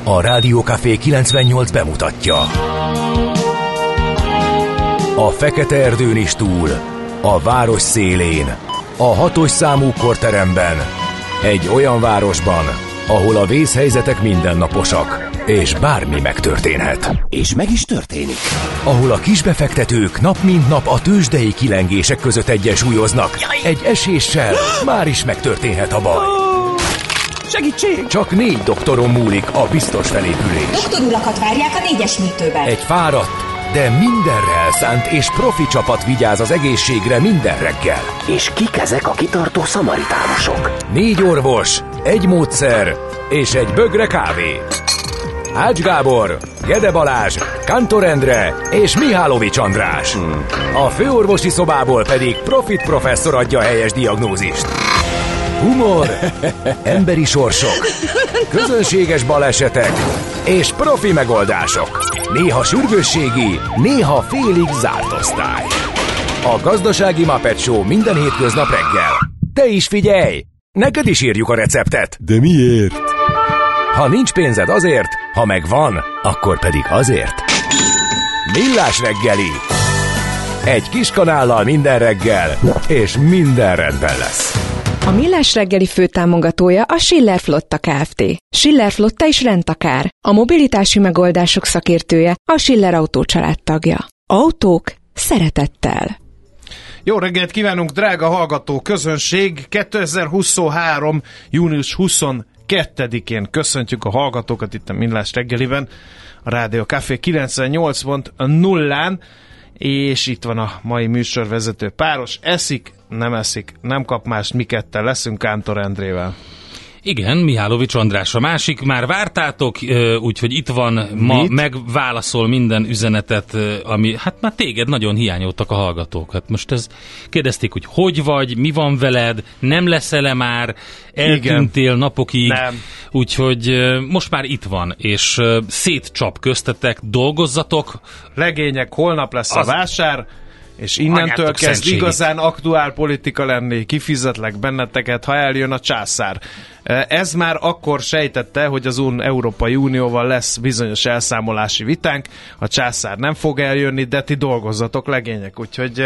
A Rádió Café 98 bemutatja. A fekete erdőn is túl, a város szélén, a 6-os számú korteremben, egy olyan városban, ahol a vészhelyzetek mindennaposak, és bármi megtörténhet. És meg is történik. Ahol a kisbefektetők nap mint nap a tőzsdei kilengések között egyensúlyoznak. Egy eséssel már is megtörténhet a baj. Segítség! Csak 4 doktoron múlik a biztos felépülés. Doktorulakat várják a 4-es műtőben. Egy fáradt, de mindenre elszánt és profi csapat vigyáz az egészségre minden reggel. És kik ezek a kitartó szamaritánusok? 4 orvos, egy módszer és egy bögre kávé. Ács Gábor, Gede Balázs, Kántor Endre és Mihálovics András. A főorvosi szobából pedig Profit professzor adja a helyes diagnózist. Humor, emberi sorsok, közönséges balesetek és profi megoldások. Néha sürgősségi, néha félig zárt osztály. A Gazdasági Muppet Show minden hétköznap reggel. Te is figyelj! Neked is írjuk a receptet. De miért? Ha nincs pénzed azért, ha megvan, akkor pedig azért. Millás reggeli. Egy kis kanállal minden reggel, és minden rendben lesz. A Millás reggeli főtámogatója a Schiller Flotta Kft. Schiller Flotta és rendtakár. A mobilitási megoldások szakértője, a Schiller Autó család tagja. Autók szeretettel. Jó reggelt kívánunk, drága hallgató közönség! 2023. június 22-én köszöntjük a hallgatókat itt a Millás reggeliben, a Rádió Café 98.0-án, és itt van a mai műsorvezető páros. Eszik, nem kap mást, mi ketten leszünk Kántor Endrével. Igen, Mihálovics András a másik, már vártátok, úgyhogy itt van, ma megválaszol minden üzenetet, ami, hát már téged nagyon hiányoltak a hallgatók. Hát most kérdezték, hogy vagy, mi van veled, nem leszel-e már, eltűntél napokig, nem. Úgyhogy most már itt van, és szétcsap köztetek, dolgozzatok. Legények, holnap lesz a vásár, és innentől kezd igazán aktuál politika lenni, kifizetlek benneteket, ha eljön a császár. Ez már akkor sejtette, hogy az Európai Unióval lesz bizonyos elszámolási vitánk, a császár nem fog eljönni, de ti dolgozzatok, legények, úgyhogy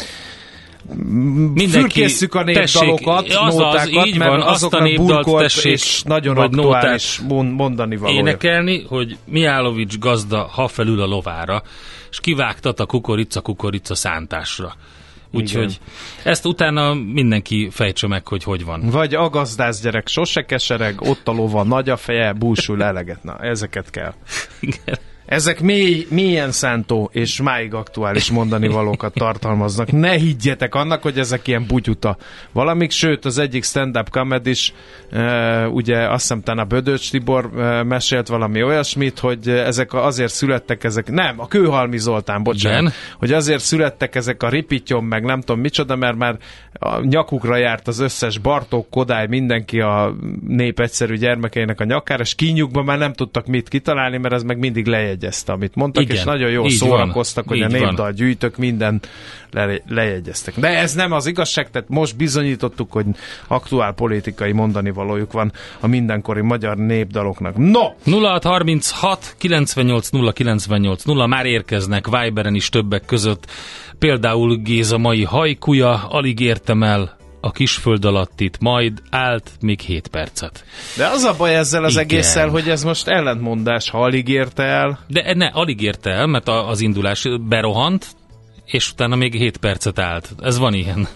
fürkészszük a népdalokat, nótákat, mert van, azoknak burkolt és nagyon aktuális mondani valója. Énekelni, hogy Mihálovics gazda, ha felül a lovára, és kivágtat a kukorica szántásra. Úgyhogy ezt utána mindenki fejtse meg, hogy van. Vagy a gazdász gyerek sose kesereg, ott a lova nagy a feje, búsul eleget. Na, ezeket kell. Igen. Ezek mélyen szántó és máig aktuális mondani valókat tartalmaznak. Ne higgyetek annak, hogy ezek ilyen butyuta valamik, sőt az egyik stand-up comedys, ugye azt hiszem talán a Bödöcs Tibor mesélt valami olyasmit, hogy ezek azért születtek nem, a Kőhalmi Zoltán, bocsánat, igen, hogy azért születtek ezek a Ripittyom, meg nem tudom micsoda, mert már a nyakukra járt az összes Bartók, Kodály, mindenki a nép egyszerű gyermekeinek a nyakára, és kínjukban már nem tudtak mit kitalálni, mert ez meg mindig lejegyezte, amit mondtak, igen, és nagyon jól szórakoztak, hogy a népdal gyűjtök, minden lejegyeztek. De ez nem az igazság, tehát most bizonyítottuk, hogy aktuál politikai mondani valójuk van a mindenkori magyar népdaloknak. No! 0636 98 0 98 0, már érkeznek Viberen is többek között. Például Géza mai hajkuja, alig értem el a kisföld alatt itt, majd állt még 7 percet. De az a baj ezzel az egésszel, hogy ez most ellentmondás, ha alig érte el. De ne, alig érte el, mert az indulás berohant, és utána még 7 percet állt. Ez van ilyen.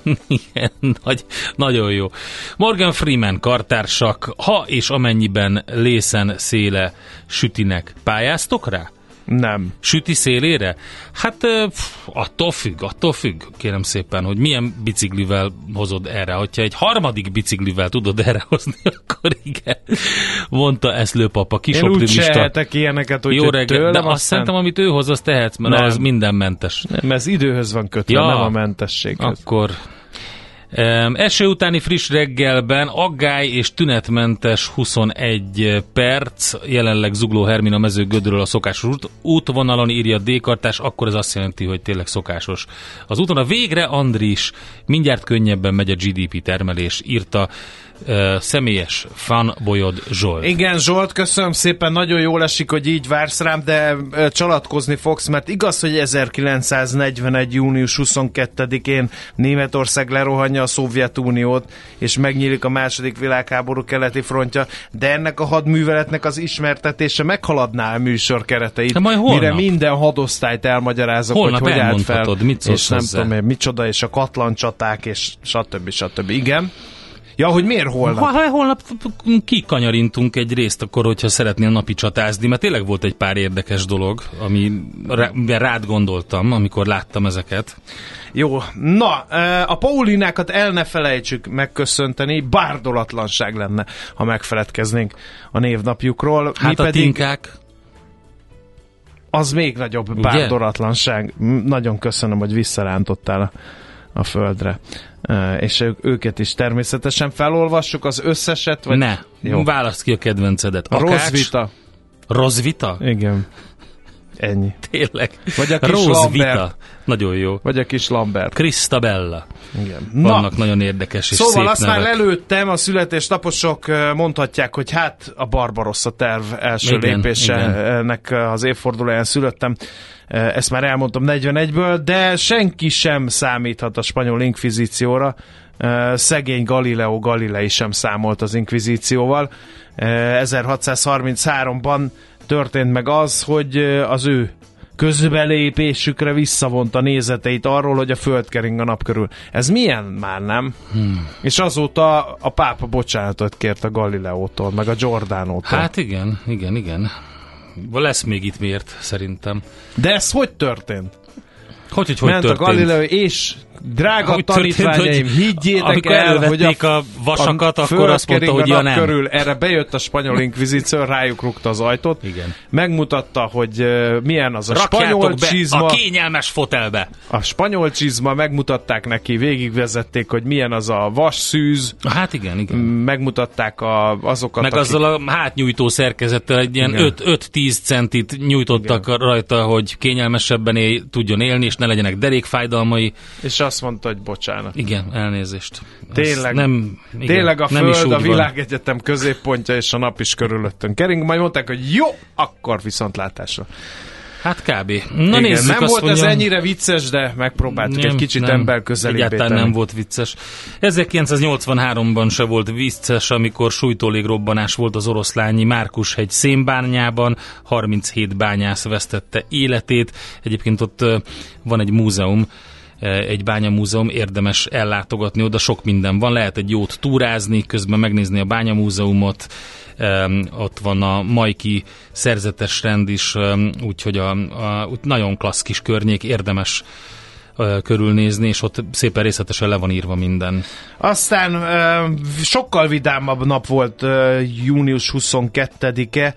Nagyon jó. Morgan Freeman kartársak, ha és amennyiben lészen széle sütinek, pályáztok rá? Nem. Süti szélére? Hát attól függ, kérem szépen, hogy milyen biciklivel hozod erre. Hogyha egy harmadik biciklivel tudod erre hozni, akkor igen. Mondta Eszlő papa, kis én optimista. Én úgy sehetek ilyeneket, hogy jó reggel, tőlem, de azt szerintem, amit ő hoz, azt tehetsz, mert nem, az mindenmentes. Nem, ez időhöz van kötve, nem a mentességhez. Akkor eső utáni friss reggelben aggály és tünetmentes 21 perc, jelenleg Zugló Hermina Mezőgödről a szokásos útvonalon, írja D-kartás, akkor ez azt jelenti, hogy tényleg szokásos. Az úton a végre Andris, mindjárt könnyebben megy a GDP termelés, írta személyes fanbolyod Zsolt. Igen, Zsolt, köszönöm szépen, nagyon jól esik, hogy így vársz rám, de csalatkozni fogsz, mert igaz, hogy 1941. június 22-én Németország lerohanja a Szovjetuniót, és megnyílik a második világháború keleti frontja, de ennek a hadműveletnek az ismertetése meghaladná a műsor kereteit, mire minden hadosztályt elmagyarázok, holnap hogy állt fel, mit és nem tudom én, micsoda, és a katlancsaták, és stb. Igen. Ja, hogy miért holnap? Holnap kikanyarintunk egy részt akkor, hogyha szeretnél napi csatázni, mert tényleg volt egy pár érdekes dolog, ami rád gondoltam, amikor láttam ezeket. Jó, na, a Paulinákat el ne felejtsük megköszönteni, bárdolatlanság lenne, ha megfeledkeznénk a névnapjukról. Hát mi a pedig Tinkák? Az még nagyobb bárdolatlanság. Nagyon köszönöm, hogy visszarántottál a földre. És őket is természetesen felolvassuk az összeset? Vagy... Ne, válaszd ki a kedvencedet. A Rosvita. Rosvita? Igen. Ennyi. Tényleg. Vagy a kis Lambert. Nagyon jó. Vagy a kis Lambert. Christabella. Igen. Vannak nagyon érdekes és szóval szép azt nevek. már lelőttem, a születésnaposok mondhatják, hogy hát a Barbarossa terv első lépése ennek az évfordulóján születtem. Ezt már elmondtam 41-ből, de senki sem számíthat a spanyol inkvizícióra. Szegény Galileo Galilei sem számolt az inkvizícióval. 1633-ban történt meg az, hogy az ő közbelépésükre visszavonta nézeteit arról, hogy a föld kering a nap körül. Ez milyen már, nem? És azóta a pápa bocsánatot kért a Galileótól, meg a Giordánótól. Hát igen. Lesz még itt miért, szerintem. De ez hogy történt? Hogy ment történt? A Galileo, és drága hogy tanítványaim, higgyétek el, hogy a vasakat, akkor azt mondta, hogy ja nem. Körül, erre bejött a spanyol inkvizíció, rájuk rúgta az ajtót. Igen. Megmutatta, hogy milyen az a rakjátok spanyol csizma. A kényelmes fotelbe. A spanyol csizma, megmutatták neki, végigvezették, hogy milyen az a vasszűz. Hát igen. Megmutatták azokat, meg azzal a hátnyújtó szerkezettel egy ilyen 5-10 centit nyújtottak rajta, hogy kényelmesebben tudjon élni, és ne legyenek derékfájdalmai. És azt mondta, hogy bocsánat. Igen, elnézést. Tényleg a Föld a világegyetem középpontja, és a nap is körülöttünk kering. Majd mondták, hogy jó, akkor viszontlátásra. Hát kb. Na nézzük, nem volt mondjam, ez ennyire vicces, de megpróbáltuk egy kicsit emberközelibbé tenni. Egyáltalán nem volt vicces. 1983-ban se volt vicces, amikor súlytólégrovbanás volt az Oroszlányi Márkushegy szénbányában, 37 bányász vesztette életét. Egyébként ott van egy múzeum, egy bányamúzeum, érdemes ellátogatni, oda sok minden van, lehet egy jót túrázni, közben megnézni a bányamúzeumot, ott van a Majki szerzetes rend is, úgyhogy nagyon klassz kis környék, érdemes körülnézni, és ott szépen részletesen le van írva minden. Aztán sokkal vidámabb nap volt június 22-e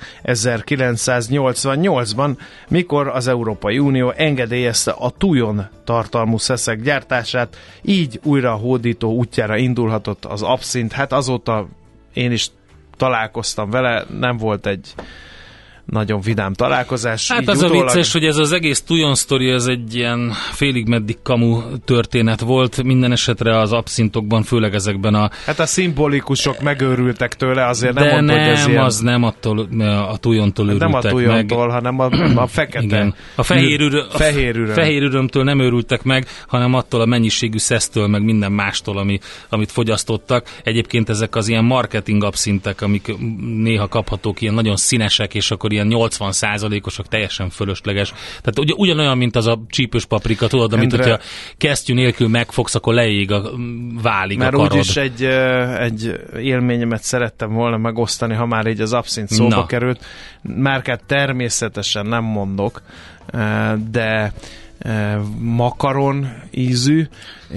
1988-ban, mikor az Európai Unió engedélyezte a tujon tartalmú szeszek gyártását, így újra a hódító útjára indulhatott az abszint. Hát azóta én is találkoztam vele, nem volt egy nagyon vidám találkozás. Hát az utólag... a vicces, hogy ez az egész Tujon sztori, ez egy ilyen félig meddig kamu történet volt, minden esetre az abszintokban, főleg ezekben a... Hát a szimbolikusok megőrültek tőle, azért nem mondta, hogy ez ilyen... az nem attól, a Tujontól őrültek meg. Nem a Tujontól, hanem a fekete. Igen. A fehér ürömtől nem őrültek meg, hanem attól a mennyiségű szesztől, meg minden mástól, amit fogyasztottak. Egyébként ezek az ilyen marketing abszintek, amik néha kaphatók, ilyen nagyon színesek, és akkor ilyen 80%-osok, teljesen fölösleges. Tehát ugyanolyan, mint az a csípős paprika, tudod, amit hogyha kesztyű nélkül megfogsz, akkor leég válik a karod. Mert úgyis egy élményemet szerettem volna megosztani, ha már így az abszint szóba került. Márkát természetesen nem mondok, de makaron ízű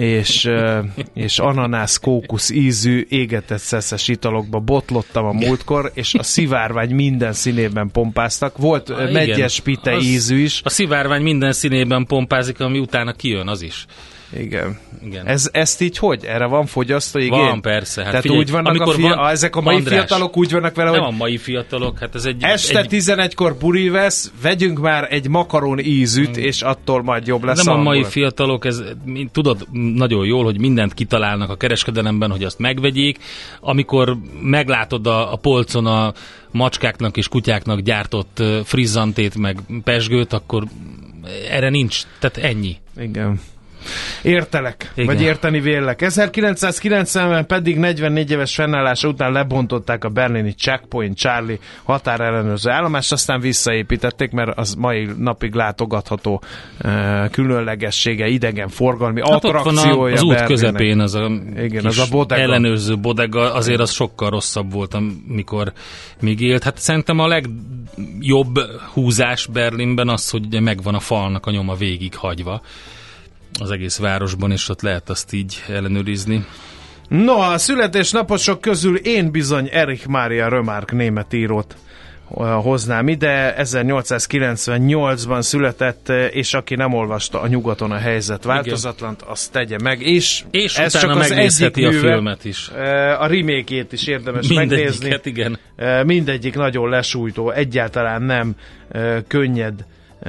és ananász kókusz ízű égetett szeszes italokba botlottam a múltkor, és a szivárvány minden színében pompáztak. Volt megyes pite ízű is. A szivárvány minden színében pompázik, ami utána kijön, az is. Igen. Ezt így hogy? Erre van fogyasztói igény? Van, persze. Hát tehát figyelj, úgy vannak ezek a mai András, fiatalok úgy vannak vele, nem hogy a mai fiatalok, hát ez este 11-kor buri vesz, vegyünk már egy makaron ízűt, és attól majd jobb lesz. Nem a mai fiatalok, tudod nagyon jól, hogy mindent kitalálnak a kereskedelemben, hogy azt megvegyék. Amikor meglátod a polcon a macskáknak és kutyáknak gyártott frizzantét, meg pesgőt, akkor erre nincs, tehát ennyi. Igen. Értelek, igen. Vagy érteni vélek. 1990-ben pedig 44 éves fennállása után lebontották a berlini Checkpoint Charlie határellenőrző állomást, aztán visszaépítették, mert az mai napig látogatható különlegessége, idegenforgalmi attrakciója. Az út közepén az a, igen, az a bodega. Ellenőrző bodega, azért az sokkal rosszabb volt, amikor még élt. Hát szerintem a legjobb húzás Berlinben az, hogy megvan a falnak a nyoma végig hagyva az egész városban, és ott lehet azt így ellenőrizni. No, a születésnaposok közül én bizony Erich Maria Remarque német írót hoznám ide. 1898-ban született, és aki nem olvasta A nyugaton a helyzet változatlant, azt tegye meg. És ez utána csak az megnézheti egyik műve, a filmet is. A remake-ét is érdemes megnézni. Igen. Mindegyik nagyon lesújtó, egyáltalán nem könnyed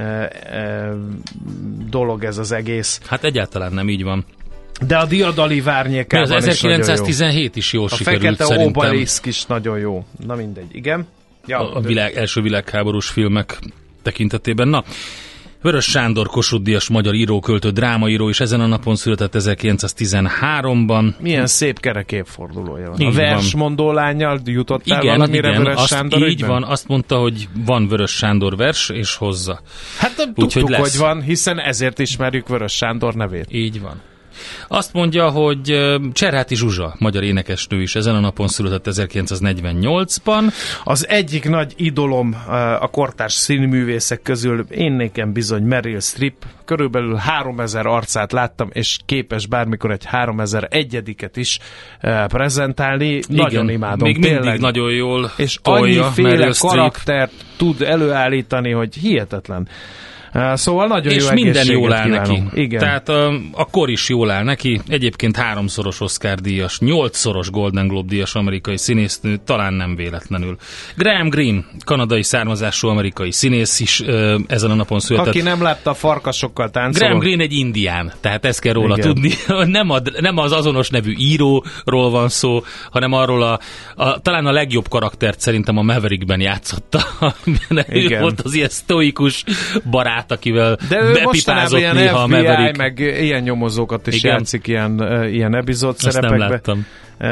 dolog ez az egész. Hát egyáltalán nem így van. De a diadali várnyékában az 1917 is jól sikerült szerintem. A szerintem. fekete obeliszk is nagyon jó. Na mindegy, igen. Ja, első világháborús filmek tekintetében. Na, Vörös Sándor Kossuth Díjas magyar író, költő, drámaíró, és ezen a napon született 1913-ban. Milyen szép kerek évfordulója van. Így a versmondó lánnyal jutottál valamire Vörös Sándor? Így van, azt mondta, hogy van Vörös Sándor vers, és hozza. Hát tudtuk, hogy van, hiszen ezért ismerjük Vörös Sándor nevét. Így van. Azt mondja, hogy Cserháti Zsuzsa, magyar énekesnő is ezen a napon született 1948-ban. Az egyik nagy idolom a kortárs színművészek közül én nekem bizony Meryl Streep. Körülbelül 3000 arcát láttam, és képes bármikor egy 3001-ediket is prezentálni. Igen, nagyon imádom. Még tényleg. Mindig nagyon jól és tolja annyiféle karaktert tud előállítani, hogy hihetetlen. Szóval nagyon és jó minden jól áll kívánom. neki. Igen. Tehát a kor is jól áll neki. Egyébként 3-szoros Oscar-díjas, 8-szoros Golden Globe-díjas amerikai színésznő, talán nem véletlenül. Graham Greene, kanadai származású amerikai színész is ezen a napon született. Aki nem látta, Farkasokkal táncoló. Graham Greene egy indián, tehát ezt kell róla tudni. Nem az azonos nevű íróról van szó, hanem arról talán a legjobb karaktert szerintem a Maverickben játszotta. Ő volt az ilyen sztoikus barát, akivel bepipázott néha a Maverick. Meg ilyen nyomozókat is játszik ilyen epizód szerepekbe. Nem láttam.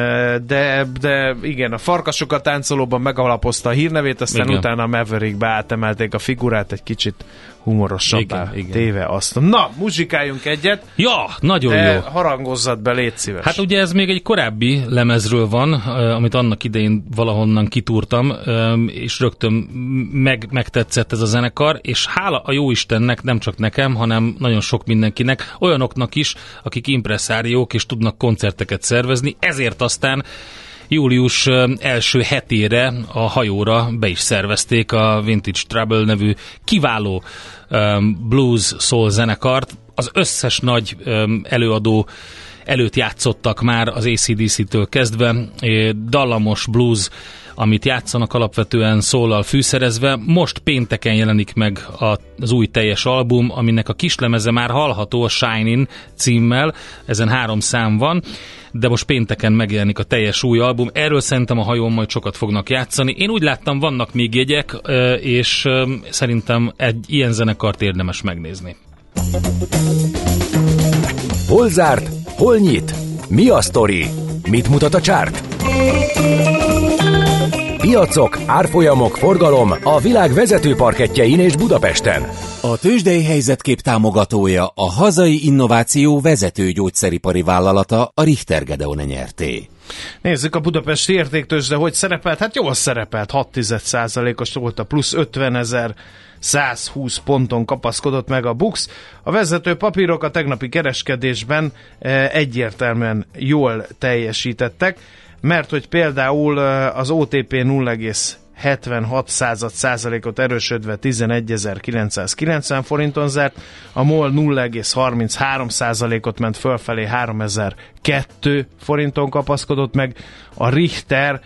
De igen, a Farkasokat táncolóban megalapozta a hírnevét, aztán utána a Maverickbe átemelték a figurát, egy kicsit humorosabbá téve azt. Na, muzsikáljunk egyet. Ja, nagyon jó. Harangozzad be, légy szíves. Hát ugye ez még egy korábbi lemezről van, amit annak idején valahonnan kitúrtam, és rögtön megtetszett ez a zenekar, és hála a jóistennek, nem csak nekem, hanem nagyon sok mindenkinek, olyanoknak is, akik impresszáriók és tudnak koncerteket szervezni, ezért aztán július első hetére a hajóra be is szervezték a Vintage Trouble nevű kiváló blues soul zenekart. Az összes nagy előadó előtt játszottak már az AC/DC-től kezdve, dallamos blues, amit játszanak alapvetően szóllal fűszerezve. Most pénteken jelenik meg az új teljes album, aminek a kislemeze már hallható, a Shining címmel, ezen 3 szám van, de most pénteken megjelenik a teljes új album. Erről szerintem a hajón majd sokat fognak játszani. Én úgy láttam, vannak még jegyek, és szerintem egy ilyen zenekart érdemes megnézni. Hol zárt? Hol nyit? Mi a sztori? Mit mutat a csárt? Piacok, árfolyamok, forgalom a világ vezető parkettjein és Budapesten. A tőzsdei helyzetkép támogatója, a hazai innováció vezető gyógyszeripari vállalata, a Richter Gedeon nyerté. Nézzük a budapesti értéktőzsde, hogy szerepelt. Hát jól szerepelt, 6,1%-os volt a plusz, 50.120 ponton kapaszkodott meg a BUX. A vezető papírok a tegnapi kereskedésben egyértelműen jól teljesítettek, mert hogy például az OTP 0,76%-ot erősödve 11.990 forinton zárt, a MOL 0,33%-ot ment fölfelé 3002 forinton kapaszkodott meg, a Richter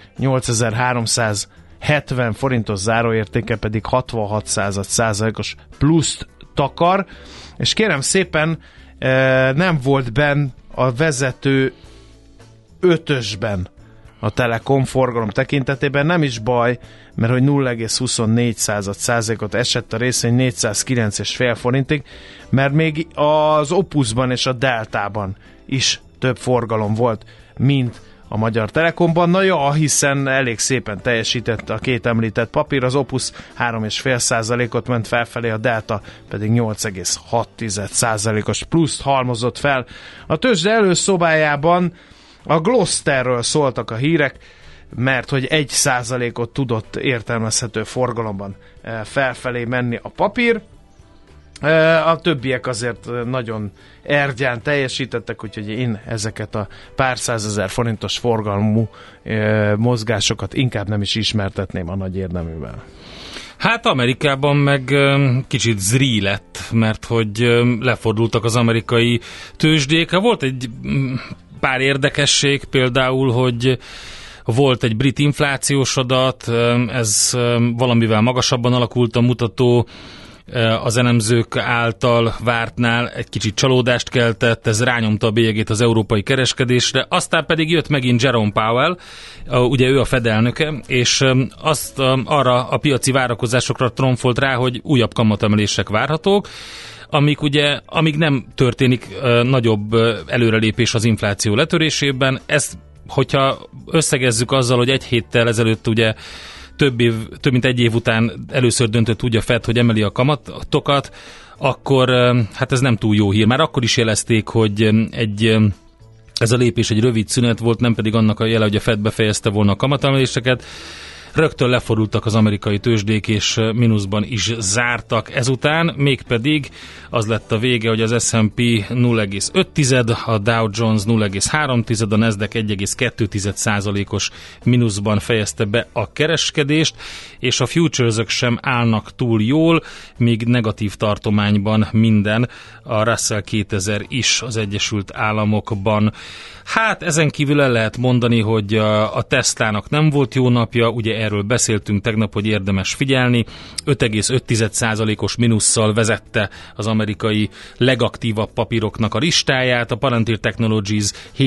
8370 forintos záróértéke pedig 66%-os pluszt takar, és kérem szépen nem volt benn a vezető 5-ösben a Telekom forgalom tekintetében, nem is baj, mert hogy 0,24%-ot esett a részvény 409,5 forintig, mert még az Opusban és a Deltában is több forgalom volt, mint a Magyar Telekomban. Na ja, hiszen elég szépen teljesített a két említett papír, az Opus 3,5%-ot ment felfelé, a Delta pedig 8,6%-os pluszt halmozott fel. A tőzsde előszobájában a Glosterről szóltak a hírek, mert hogy 1%-ot tudott értelmezhető forgalomban felfelé menni a papír. A többiek azért nagyon ergyán teljesítettek, úgyhogy én ezeket a pár százezer forintos forgalmú mozgásokat inkább nem is ismertetném a nagy érdeművel. Hát Amerikában meg kicsit zrí lett, mert hogy lefordultak az amerikai tőzsdék. Volt egy pár érdekesség, például, hogy volt egy brit inflációs adat, ez valamivel magasabban alakult a mutató, az elemzők által vártnál egy kicsit csalódást keltett, ez rányomta a bélyegét az európai kereskedésre, aztán pedig jött megint Jerome Powell, ugye ő a Fed elnöke, és azt arra a piaci várakozásokra tromfolt rá, hogy újabb kamatemelések várhatók, amíg nem történik nagyobb előrelépés az infláció letörésében. Ezt, hogyha összegezzük azzal, hogy egy héttel ezelőtt ugye több mint egy év után először döntött úgy a Fed, hogy emeli a kamatokat, akkor hát ez nem túl jó hír. Már akkor is jelezték, hogy ez a lépés egy rövid szünet volt, nem pedig annak a jele, hogy a Fed befejezte volna a kamatemeléseket. Rögtön lefordultak az amerikai tőzsdék, és mínuszban is zártak ezután, mégpedig az lett a vége, hogy az S&P 0,5, a Dow Jones 0,3, a Nasdaq 1,2%-os mínuszban fejezte be a kereskedést, és a futuresök sem állnak túl jól, míg negatív tartományban minden, a Russell 2000 is az Egyesült Államokban. Hát ezen kívül el lehet mondani, hogy a Teslának nem volt jó napja, ugye erről beszéltünk tegnap, hogy érdemes figyelni, 5,5%-os mínusszal vezette az amerikai legaktívabb papíroknak a listáját, a Palantir Technologies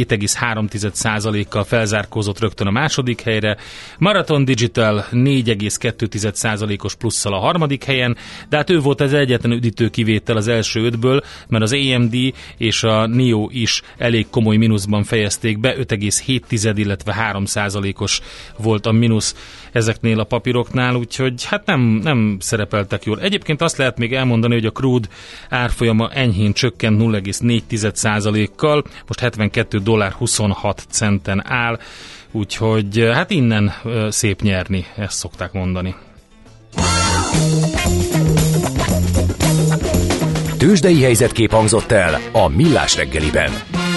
7,3%-kal felzárkózott rögtön a második helyre, Marathon Digital 4,2%-os plusszal a harmadik helyen, de hát ő volt az egyetlen üdítő kivétel az első ötből, mert az AMD és a NIO is elég komoly mínuszban fejezték be, 5,7, illetve 3%-os volt a mínusz ezeknél a papíroknál, úgyhogy hát nem szerepeltek jól. Egyébként azt lehet még elmondani, hogy a crude árfolyama enyhén csökkent 0,4%-kal, most $72.26 áll, úgyhogy hát innen szép nyerni, ezt szokták mondani. Tőzsdei helyzetkép hangzott el a Millás reggeliben.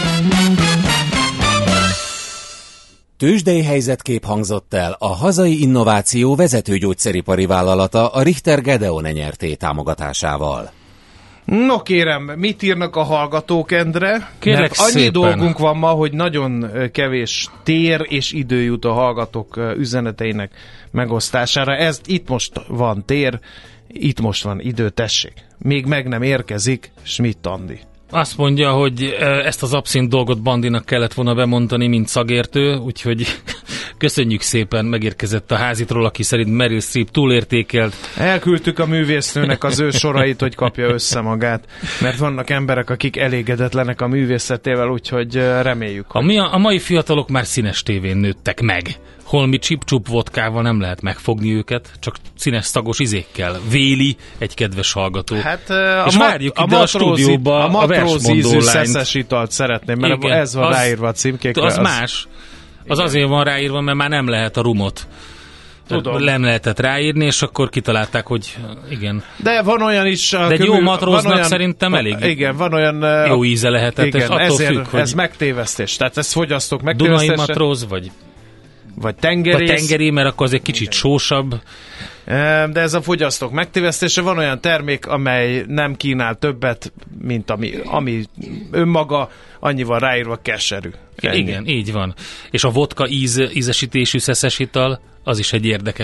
Tőzsdei helyzetkép hangzott el a hazai innováció vezető gyógyszeripari vállalata, a Richter Gedeon nyerté támogatásával. No kérem, mit írnak a hallgatók, Endre? Kérlek annyi szépen. dolgunk van ma, hogy nagyon kevés tér és idő jut a hallgatók üzeneteinek megosztására. Itt most van tér, itt most van idő, tessék. Még meg nem érkezik Schmidt Andi. Azt mondja, hogy ezt az abszint dolgot Bandinak kellett volna bemondani, mint szakértő, úgyhogy köszönjük szépen, megérkezett a házitról, aki szerint Meryl Streep túlértékelt. Elküldtük a művésznőnek az ő sorait, hogy kapja össze magát, mert vannak emberek, akik elégedetlenek a művészetével, úgyhogy reméljük. Hogy... A mai fiatalok már színes tévén nőttek meg. Holmi csip-csup vodkával nem lehet megfogni őket, csak színes szagos izékkel. Véli egy kedves hallgató. Hát és várjuk ide a stúdióba a matróz ízű szeszes italt szeretném, mert igen, ez van ráírva a címkékre. Az más. Az azért van ráírva, mert már nem lehet a rumot. Tudom. Nem lehetett ráírni, és akkor kitalálták, hogy igen. De van olyan is... De egy jó matróznak olyan, szerintem elég igen, van olyan... Jó íze lehetett, igen, és attól ezért függ, hogy... ez megtévesztés. Tehát ezt fogyasztók megtévesztése. Dunai matróz, vagy vagy tengerész. Vagy tengeri, mert akkor az egy kicsit sósabb. De ez a fogyasztók megtévesztése. Van olyan termék, amely nem kínál többet, mint ami önmaga, annyival ráírva keserű. Ennyi. Igen, így van. És a vodka ízesítésű szeszes ital, az is egy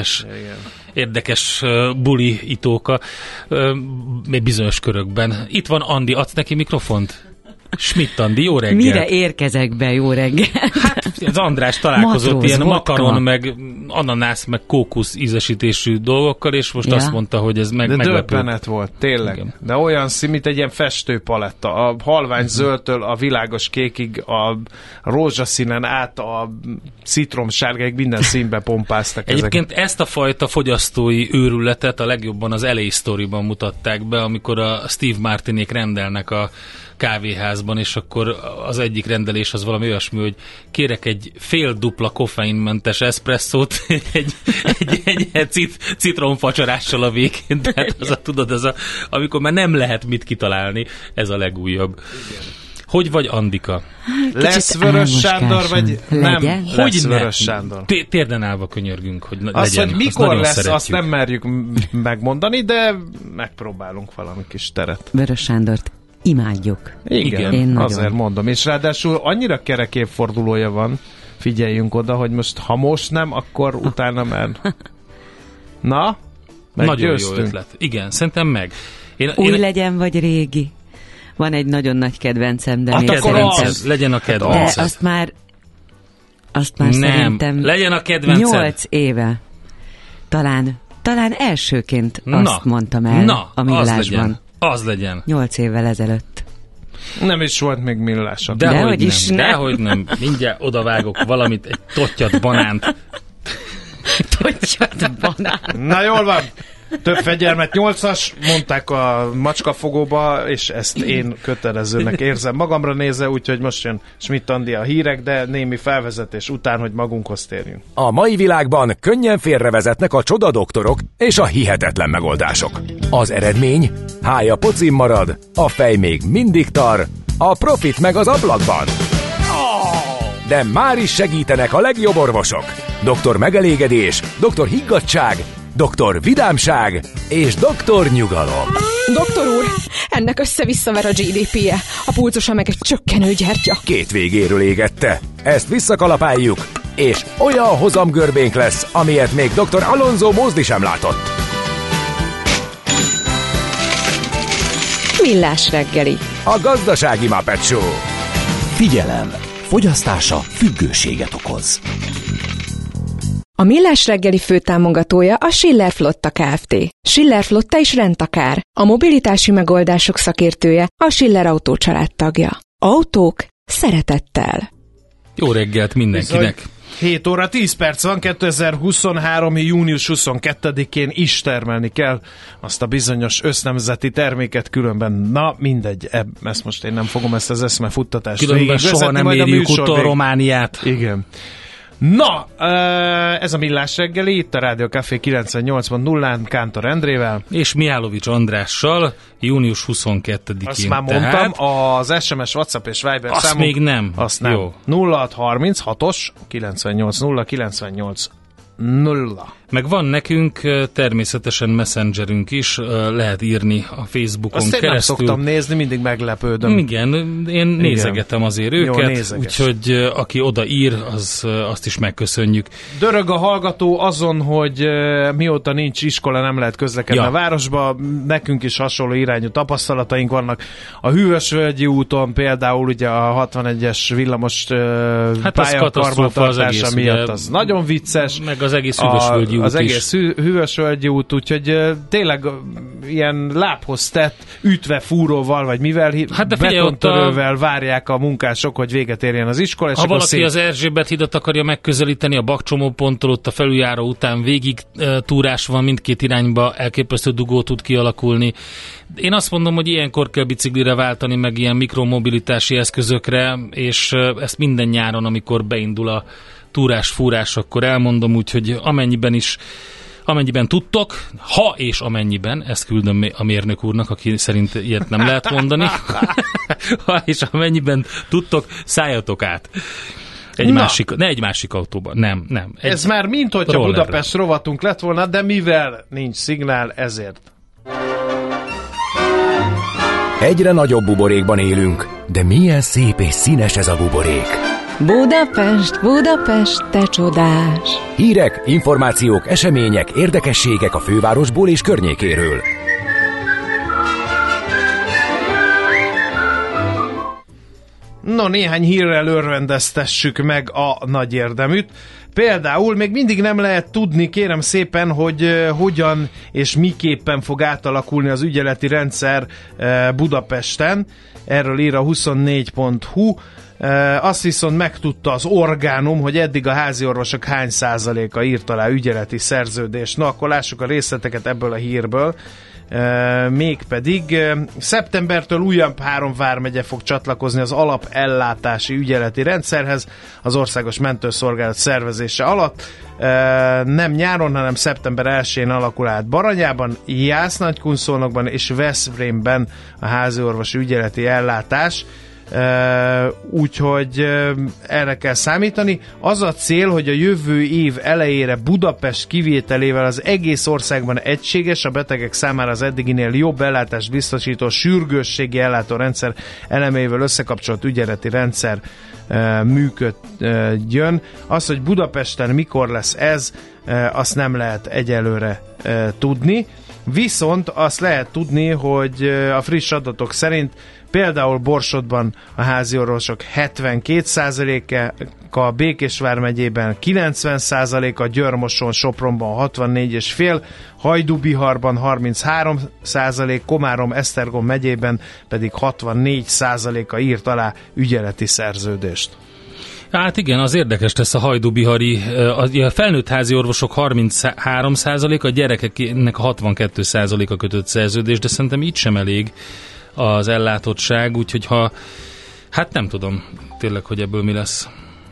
érdekes buli itóka még bizonyos körökben. Itt van Andi, adsz neki mikrofont? Schmidt Andi, jó reggel. Mire érkezek be, jó reggel? Hát az András találkozott Matróz, ilyen vodka. makaron, meg ananász, meg kókusz ízesítésű dolgokkal, és most azt mondta, hogy ez De meglepő. döbbenet volt, tényleg. Igen. De olyan szín, mint egy ilyen festőpaletta. A halvány zöldtől a világos kékig, a rózsaszínen át a citromsárgáig minden színbe pompáztak ezek. Egyébként ezt a fajta fogyasztói őrületet a legjobban az LA Story-ban mutatták be, amikor a Steve Martinék rendelnek a kávéházban, és akkor az egyik rendelés az valami olyasmi, hogy kérek egy fél dupla koffeinmentes eszpresszót egy citromfacsarással a végén. Tehát amikor már nem lehet mit kitalálni, ez a legújabb. Igen. Hogy vagy, Andika? Lesz Vörös Sándor, vagy nem Legyen? lesz Vörös Sándor? Térden állva könyörgünk, hogy legyen. Azt, hogy mikor lesz, szeretjük. azt nem merjük megmondani, de megpróbálunk valami kis teret. Vörös Sándort imádjuk. Igen, Én azért nagyon. mondom. És ráadásul annyira kerek évfordulója van, figyeljünk oda, hogy most ha most nem, akkor utána már. Na? Nagyon jó Meggyőztünk. ötlet. Igen, szerintem meg. Új legyen, vagy régi? Van egy nagyon nagy kedvencem, de Hát még akkor szerintem... az. Legyen a De kedvenced. azt már Nem, szerintem legyen a kedvenced. 8 éve. Talán elsőként azt mondtam el a az Millásban. legyen. Az legyen. 8 évvel ezelőtt. Nem is volt még Millásod. Dehogy is nem. Dehogy nem. Mindjárt odavágok valamit, egy tottyat banánt. Tudjad, banán. Na jól van. Több fegyelmet 8-as, mondták a macskafogóba, és ezt én kötelezőnek érzem magamra nézve, úgyhogy most jön Schmidt Andi a hírek, de némi felvezetés után, hogy magunkhoz térjünk. A mai világban könnyen félrevezetnek a csodadoktorok és a hihetetlen megoldások. Az eredmény? Hája pocim marad, a fej még mindig tar, a profit meg az ablakban. De már is segítenek a legjobb orvosok. Doktor Megelégedés, Doktor Higgadtság, Doktor Vidámság és Doktor Nyugalom. Doktor úr, ennek össze-visszaver a GDP-je, a pulcosa meg egy csökkenő gyertya. Két végéről égette. Ezt visszakalapáljuk, és olyan hozamgörbénk lesz, amilyet még Dr. Alonso Mózdi sem látott. Millás reggeli. A gazdasági Muppet Show. Figyelem! Fogyasztása függőséget okoz. A Millás reggeli főtámogatója a Schiller Flotta Kft. Schiller Flotta is rendtakár. A mobilitási megoldások szakértője, a Schiller Autó családtagja. Autók szeretettel. Jó reggelt mindenkinek. 7 óra 10 perc van, 2023. június 22-én is termelni kell azt a bizonyos össznemzeti terméket, különben, na mindegy, ezt most én nem fogom ezt az eszmefuttatást Különben soha nem érjük utol Romániát. Igen. Na, ez a Millás reggeli, itt a Rádió Café 98.0-án Kántor Endrével. És Mihálovics Andrással, június 22-én. Azt már mondtam, az SMS, WhatsApp és Viber azt számunk. még nem. Azt nem. Jó. 0636-os 98 98 0. Meg van nekünk természetesen messengerünk is, lehet írni a Facebookon Azt én nem keresztül. szoktam nézni, mindig meglepődöm. Igen, én nézegetem azért őket, nézeges. úgyhogy aki oda ír, azt is megköszönjük. Dörög a hallgató azon, hogy mióta nincs iskola, nem lehet közlekedni a városba. Nekünk is hasonló irányú tapasztalataink vannak. A Hűvösvölgyi úton például ugye a 61-es villamos pályakarbantartása miatt az nagyon vicces. Meg az egész Hűvösvölgyi út az is. egész Hűvösvölgyi út, úgyhogy tényleg ilyen lábhoz tett ütve fúróval, vagy mivel betontörővel várják a munkások, hogy véget érjen az iskola. És ha valaki az Erzsébet hidat akarja megközelíteni, a Bakcsomóponttól ott a felüljáró után végig túrás van mindkét irányba, elképesztő dugó tud kialakulni. Én azt mondom, hogy ilyenkor kell biciklire váltani, meg ilyen mikromobilitási eszközökre, és ezt minden nyáron, amikor beindul a túrás-fúrás, akkor elmondom, úgyhogy amennyiben tudtok, ha és amennyiben, ezt küldöm a mérnök úrnak, aki szerint ilyet nem lehet mondani, ha és amennyiben tudtok, szálljatok át. Egy másik autóban. Nem. Ez már mint hogyha Budapest rovatunk lett volna, de mivel nincs szignál, ezért. Egyre nagyobb buborékban élünk, de milyen szép és színes ez a buborék. Budapest, Budapest, te csodás! Hírek, információk, események, érdekességek a fővárosból és környékéről. No, néhány hírrel örvendeztessük meg a nagy érdeműt. Például még mindig nem lehet tudni, kérem szépen, hogy hogyan és miképpen fog átalakulni az ügyeleti rendszer Budapesten. Erről ír a 24.hu. Azt viszont megtudta az orgánum, hogy eddig a háziorvosok hány százaléka írt alá ügyeleti szerződést. Na, akkor lássuk a részleteket ebből a hírből. Mégpedig szeptembertől újabb 3 vármegye fog csatlakozni az alapellátási ügyeleti rendszerhez az Országos Mentőszolgálat szervezése alatt. Nem nyáron, hanem szeptember 1-én alakul át Baranyában, Jász-Nagykunszolnokban és Veszprémben a háziorvosi ügyeleti ellátás. Úgyhogy erre kell számítani. Az a cél, hogy a jövő év elejére Budapest kivételével az egész országban egységes, a betegek számára az eddiginél jobb ellátást biztosító sürgősségi ellátórendszer elemével összekapcsolt ügyeleti rendszer működjön. Az, hogy Budapesten mikor lesz ez, azt nem lehet egyelőre tudni. Viszont azt lehet tudni, hogy a friss adatok szerint például Borsodban a háziorvosok 72%-a, Békés vármegyében 90%-a, Győr-Moson, Sopronban 64,5%, Hajdú-Biharban 33%, Komárom, Esztergom megyében pedig 64%-a írt alá ügyeleti szerződést. Hát igen, az érdekes lesz a hajdú-bihari, a felnőtt házi orvosok 33%, a gyerekeknek 62%-a kötött szerződés, de szerintem így sem elég az ellátottság, úgyhogy hát nem tudom tényleg, hogy ebből mi lesz.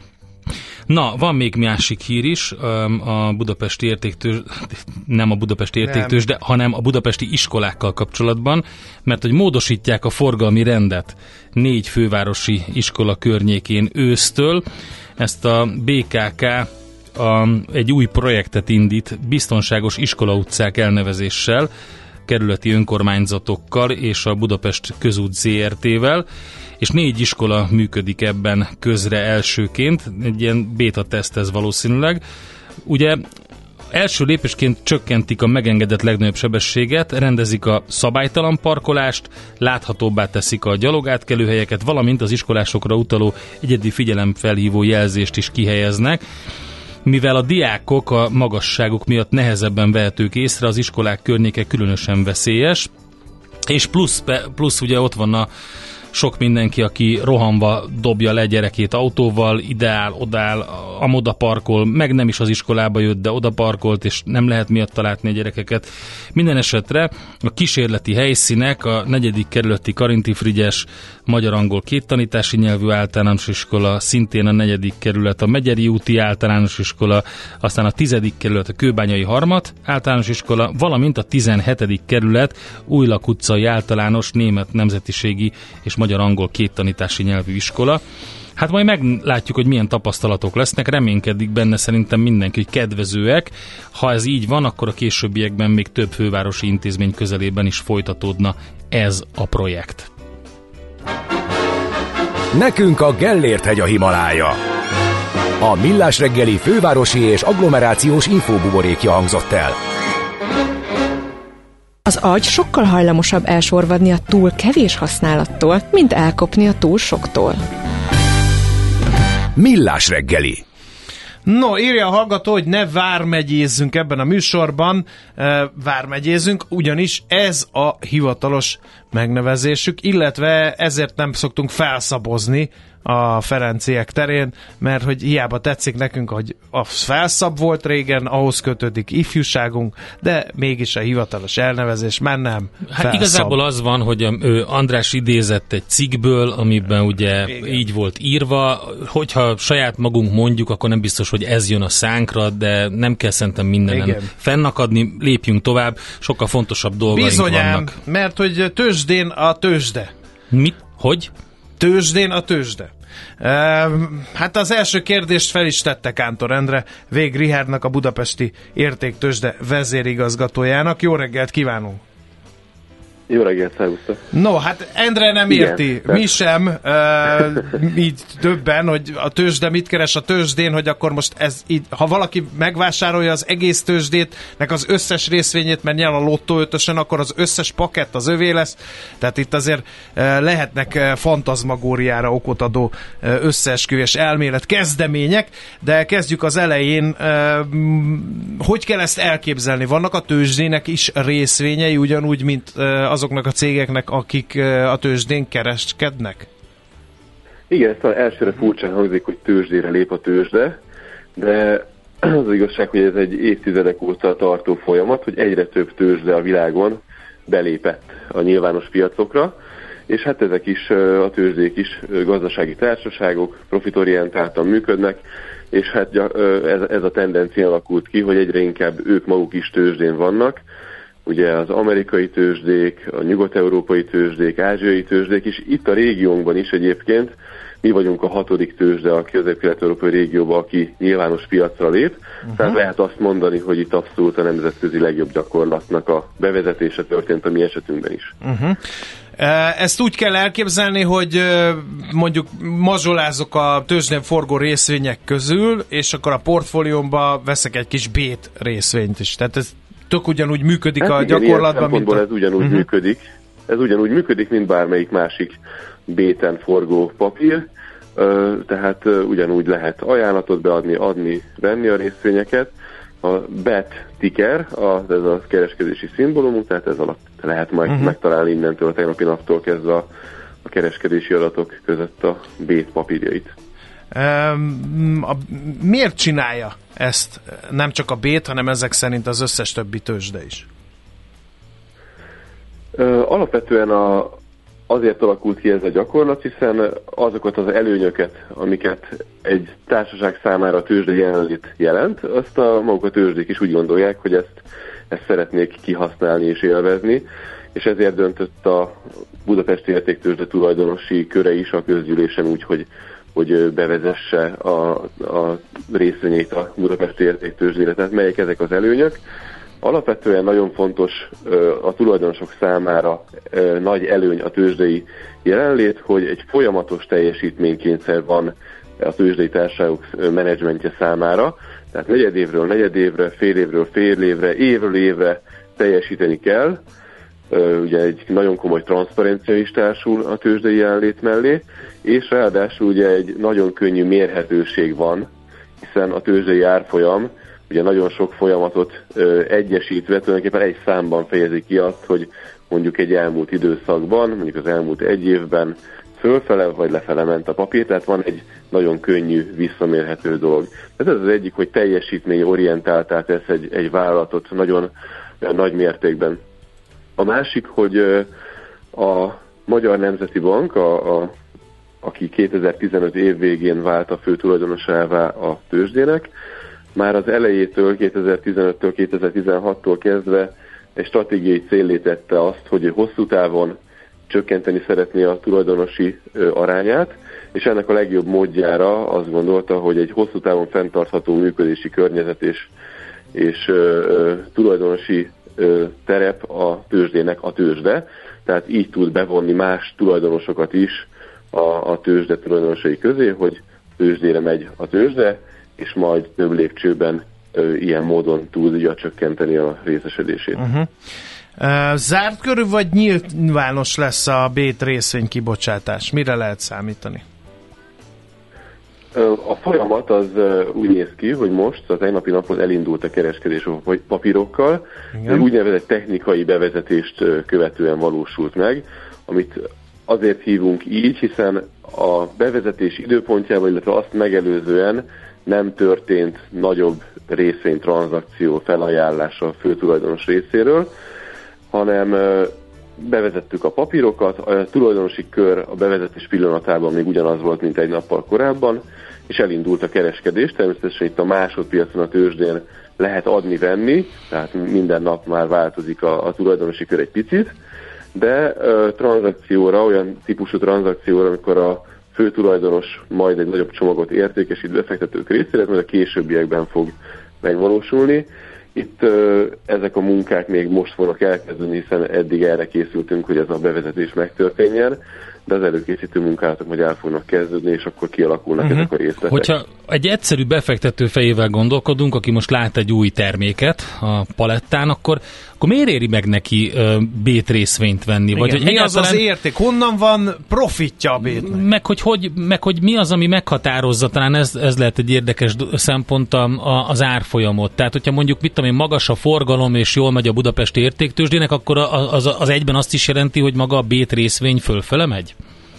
Na, van még másik hír is, a budapesti értéktős, nem a budapesti értéktős, de hanem a budapesti iskolákkal kapcsolatban, mert hogy módosítják a forgalmi rendet 4 fővárosi iskola környékén ősztől. Ezt a BKK egy új projektet indít, biztonságos iskolautcák elnevezéssel, kerületi önkormányzatokkal és a Budapest Közút ZRT-vel, és 4 iskola működik ebben közre elsőként, egy ilyen béta teszt ez valószínűleg. Ugye első lépésként csökkentik a megengedett legnagyobb sebességet, rendezik a szabálytalan parkolást, láthatóbbá teszik a gyalogátkelőhelyeket, valamint az iskolásokra utaló egyedi figyelemfelhívó jelzést is kihelyeznek. Mivel a diákok a magasságuk miatt nehezebben vehetők észre, az iskolák környéke különösen veszélyes, és plusz ugye ott van a sok mindenki, aki rohanva dobja le gyerekét autóval, ideál, odáll, amoda parkol, meg nem is az iskolába jött, de oda parkolt, és nem lehet miatta látni a gyerekeket. Minden esetre a kísérleti helyszínek a 4. kerületi Karinti Frigyes magyar-angol 2 tanítási nyelvű általános iskola, szintén a 4. kerület a Megyeri úti általános iskola, aztán a 10. kerület a Kőbányai Harmat általános iskola, valamint a 17. kerület Újlak utcai általános német nemzetiségi és magyar-angol 2 tanítási nyelvű iskola. Hát majd meglátjuk, hogy milyen tapasztalatok lesznek, reménykedik benne szerintem mindenki, hogy kedvezőek. Ha ez így van, akkor a későbbiekben még több fővárosi intézmény közelében is folytatódna ez a projekt. Nekünk a Gellért-hegy a Himalája. A Millás reggeli fővárosi és agglomerációs infóbuborékja hangzott el. Az agy sokkal hajlamosabb elsorvadni a túl kevés használattól, mint elkopni a túl soktól. Millás reggeli. No, írja a hallgató, hogy ne vármegyézzünk ebben a műsorban, vármegyézzünk, ugyanis ez a hivatalos megnevezésük, illetve ezért nem szoktunk felszabozni a Ferenciek terén, mert hogy hiába tetszik nekünk, hogy a felszab volt régen, ahhoz kötődik ifjúságunk, de mégis a hivatalos elnevezés már nem felszab. Hát igazából az van, hogy András idézett egy cikkből, amiben ugye így volt írva, hogyha saját magunk mondjuk, akkor nem biztos, hogy ez jön a szánkra, de nem kell szerintem mindenen fennakadni, lépjünk tovább, sokkal fontosabb dolgaink bizonyám, vannak. Mert hogy tőzsdén a tőzsde. Mit? Hogy? Tőzsdén a tőzsde. Hát az első kérdést fel is tette Kántor Endre, Vég Richárdnak, a Budapesti Értéktőzsde vezérigazgatójának. Jó reggelt kívánunk! Jó reggelt, szervusztok! No, hát Endre nem érti, mi sem, így többen, hogy a tőzsde mit keres a tőzsdén, hogy akkor most ez így, ha valaki megvásárolja az egész tőzsdét, meg az összes részvényét, mert nyel a lottó ötösen, akkor az összes pakett az övé lesz, tehát itt azért lehetnek fantazmagóriára okot adó összeesküvés elmélet kezdemények, de kezdjük az elején. Hogy kell ezt elképzelni? Vannak a tőzsdének is részvényei, ugyanúgy, mint azoknak a cégeknek, akik a tőzsdén kereskednek? Igen, ez talán elsőre furcsán hangzik, hogy tőzsdére lép a tőzsde, de az igazság, hogy ez egy évtizedek óta tartó folyamat, hogy egyre több tőzsde a világon belépett a nyilvános piacokra, és hát ezek is, a tőzsdék is gazdasági társaságok, profitorientáltan működnek, és hát ez a tendencia alakult ki, hogy egyre inkább ők maguk is tőzsdén vannak. Ugye az amerikai tőzsdék, a nyugat-európai tőzsdék, ázsiai tőzsdék is, itt a régiónkban is egyébként mi vagyunk a 6. tőzsde a közép-kelet-európai régióban, aki nyilvános piacra lép. Tehát lehet azt mondani, hogy itt abszolút a nemzetközi legjobb gyakorlatnak a bevezetése történt a mi esetünkben is. Ezt úgy kell elképzelni, hogy mondjuk mazsolázok a tőzsdén forgó részvények közül, és akkor a portfóliómba veszek egy kis bét részvényt is. Tehát ez tök ugyanúgy működik a gyakorlatban, mint ez ugyanúgy működik. Ez ugyanúgy működik, mint bármelyik másik béten forgó papír, tehát ugyanúgy lehet ajánlatot beadni, venni a részvényeket. A BET ticker, ez a kereskedési szimbólumunk, tehát ez alatt lehet majd megtalálni innentől a tegnapi naptól kezdve a kereskedési adatok között a BET papírjait. Miért csinálja ezt nem csak a BET, hanem ezek szerint az összes többi tőzsde is? Alapvetően azért alakult ki ez a gyakorlat, hiszen azokat az előnyöket, amiket egy társaság számára a tőzsde jelenlét jelent, azt maguk a tőzsdék is úgy gondolják, hogy ezt szeretnék kihasználni és élvezni, és ezért döntött a Budapesti Értéktőzsde tulajdonosi köre is a közgyűlésen úgy, hogy bevezesse a részvényeit a Budapesti Értéktőzsdére. Tehát melyek ezek az előnyök? Alapvetően nagyon fontos a tulajdonosok számára nagy előny a tőzsdei jelenlét, hogy egy folyamatos teljesítménykényszer van a tőzsdei társaságok menedzsmentje számára, tehát negyedévről negyedévre, fél évre, évről évre teljesíteni kell. Ugye egy nagyon komoly transzparencia is társul a tőzsdei jelenlét mellé, és ráadásul ugye egy nagyon könnyű mérhetőség van, hiszen a tőzsdei árfolyam ugye nagyon sok folyamatot egyesítve tulajdonképpen egy számban fejezi ki azt, hogy mondjuk egy elmúlt időszakban, mondjuk az elmúlt egy évben fölfele vagy lefele ment a papír, tehát van egy nagyon könnyű visszamérhető dolog. Ez az egyik, hogy teljesítményorientáltá tesz egy vállalatot nagyon nagy mértékben. A másik, hogy a Magyar Nemzeti Bank, aki 2015 év végén vált a fő tulajdonosává a tőzsdének, már az elejétől, 2015-től, 2016-tól kezdve egy stratégiai céllé tette azt, hogy hosszú távon csökkenteni szeretné a tulajdonosi arányát, és ennek a legjobb módjára azt gondolta, hogy egy hosszú távon fenntartható működési környezet és tulajdonosi terep a tőzsdének a tőzsde, tehát így tud bevonni más tulajdonosokat is a tőzsde tulajdonosai közé, hogy tőzsdére megy a tőzsde, és majd több lépcsőben ilyen módon tudja csökkenteni a részesedését. Zárt körű vagy nyilvános lesz a BET részvény kibocsátás? Mire lehet számítani? A folyamat az úgy néz ki, hogy most az tegnapi napon elindult a kereskedés a papírokkal, úgynevezett technikai bevezetést követően valósult meg, amit azért hívunk így, hiszen a bevezetés időpontjában, illetve azt megelőzően nem történt nagyobb részvénytranzakció felajánlása a főtulajdonos részéről, hanem bevezettük a papírokat, a tulajdonosi kör a bevezetés pillanatában még ugyanaz volt, mint egy nappal korábban, és elindult a kereskedés. Természetesen itt a másodpiacon a tőzsdén lehet adni-venni, tehát minden nap már változik a tulajdonosi kör egy picit, de tranzakcióra, olyan típusú tranzakcióra, amikor a főtulajdonos majd egy nagyobb csomagot értékesít befektetők részére, majd a későbbiekben fog megvalósulni. Itt ezek a munkák még most fognak elkezdeni, hiszen eddig erre készültünk, hogy ez a bevezetés megtörténjen, de az előkészítő munkálatok majd el fognak kezdődni, és akkor kialakulnak ezek a részletek. Hogyha egy egyszerű befektető fejével gondolkodunk, aki most lát egy új terméket a palettán, akkor miért éri meg neki bét részvényt venni? Igen, vagy hogy mi az az érték? Honnan van profitja a bétnek? Meg hogy mi az, ami meghatározza, talán ez lehet egy érdekes szempont az árfolyamot. Tehát, hogyha mondjuk, mit tudom én, magas a forgalom és jól megy a budapesti értéktőzsdének, akkor az egyben azt is jelenti, hogy maga a bét részvény fölfele megy?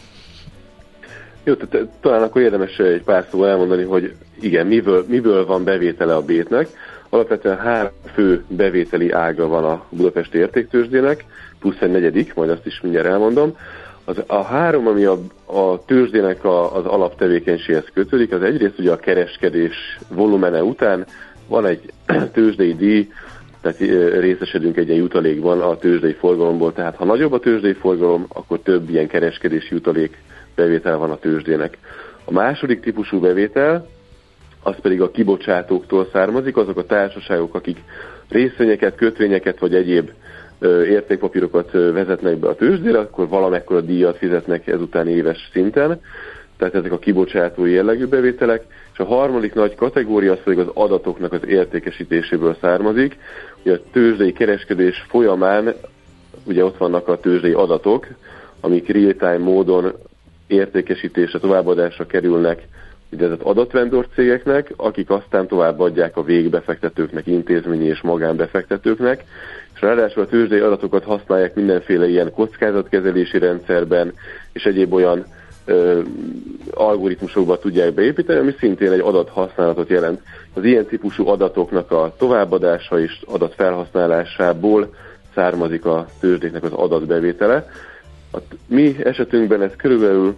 Jó, tehát talán akkor érdemes egy pár szóval elmondani, hogy igen, miből van bevétele a bétnek. Alapvetően 3 fő bevételi ága van a budapesti értéktőzsdének, plusz egy negyedik, majd azt is mindjárt elmondom. A 3, ami a tőzsdének az alaptevékenységhez kötődik, az egyrészt ugye a kereskedés volumene után van egy tőzsdei díj, tehát részesedünk egy ilyen jutalékban a tőzsdei forgalomból, tehát ha nagyobb a tőzsdei forgalom, akkor több ilyen kereskedési jutalék bevétel van a tőzsdének. A második típusú bevétel, az pedig a kibocsátóktól származik, azok a társaságok, akik részvényeket, kötvényeket vagy egyéb értékpapírokat vezetnek be a tőzsdére, akkor valamekkora díjat fizetnek ezután éves szinten, tehát ezek a kibocsátói jellegű bevételek, és a harmadik nagy kategória az pedig az adatoknak az értékesítéséből származik. Ugye a tőzsdei kereskedés folyamán ugye ott vannak a tőzsdei adatok, amik real-time módon értékesítésre, továbbadásra kerülnek úgynevezett adatvendor cégeknek, akik aztán továbbadják a végbefektetőknek, intézményi és magánbefektetőknek, és ráadásul a tőzsdei adatokat használják mindenféle ilyen kockázatkezelési rendszerben, és egyéb olyan algoritmusokba tudják beépíteni, ami szintén egy adathasználatot jelent. Az ilyen típusú adatoknak a továbbadása és adatfelhasználásából származik a tőzsdéknek az adatbevétele. A mi esetünkben ez körülbelül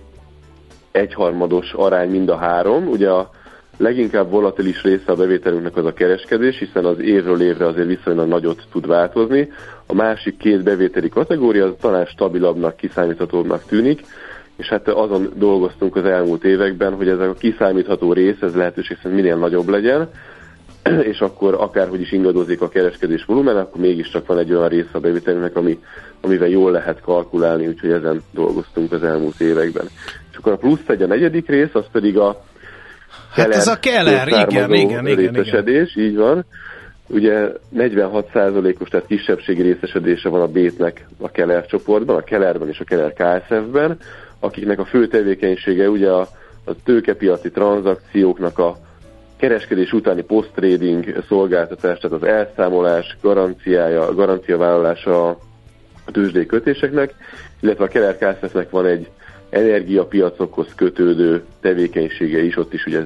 1/3 arány mind a 3. Ugye a leginkább volatilis része a bevételünknek az a kereskedés, hiszen az évről évre azért viszonylag nagyot tud változni. A másik 2 bevételi kategória az talán stabilabbnak, kiszámíthatóbbnak tűnik, és hát azon dolgoztunk az elmúlt években, hogy ez a kiszámítható rész, ez lehetőség szerint minél nagyobb legyen, és akkor akárhogy is ingadozik a kereskedés volumen, akkor mégiscsak van egy olyan része a bevételünknek, amivel jól lehet kalkulálni, úgyhogy ezen dolgoztunk az elmúlt években. És akkor a plusz egy a negyedik rész, az pedig a Keller, ez a Keller, igen, részesedés, így van. Ugye 46%-os, tehát kisebbségi részesedése van a bétnek a Keller csoportban, a Kellerben és a Keller KSF-ben, akiknek a fő tevékenysége ugye a tőkepiaci tranzakcióknak a kereskedés utáni post-trading szolgáltatás, tehát az elszámolás, garanciavállalása a tőzsdei kötéseknek, illetve a Keller KSF-nek van egy energiapiacokhoz kötődő tevékenysége is, ott is ugye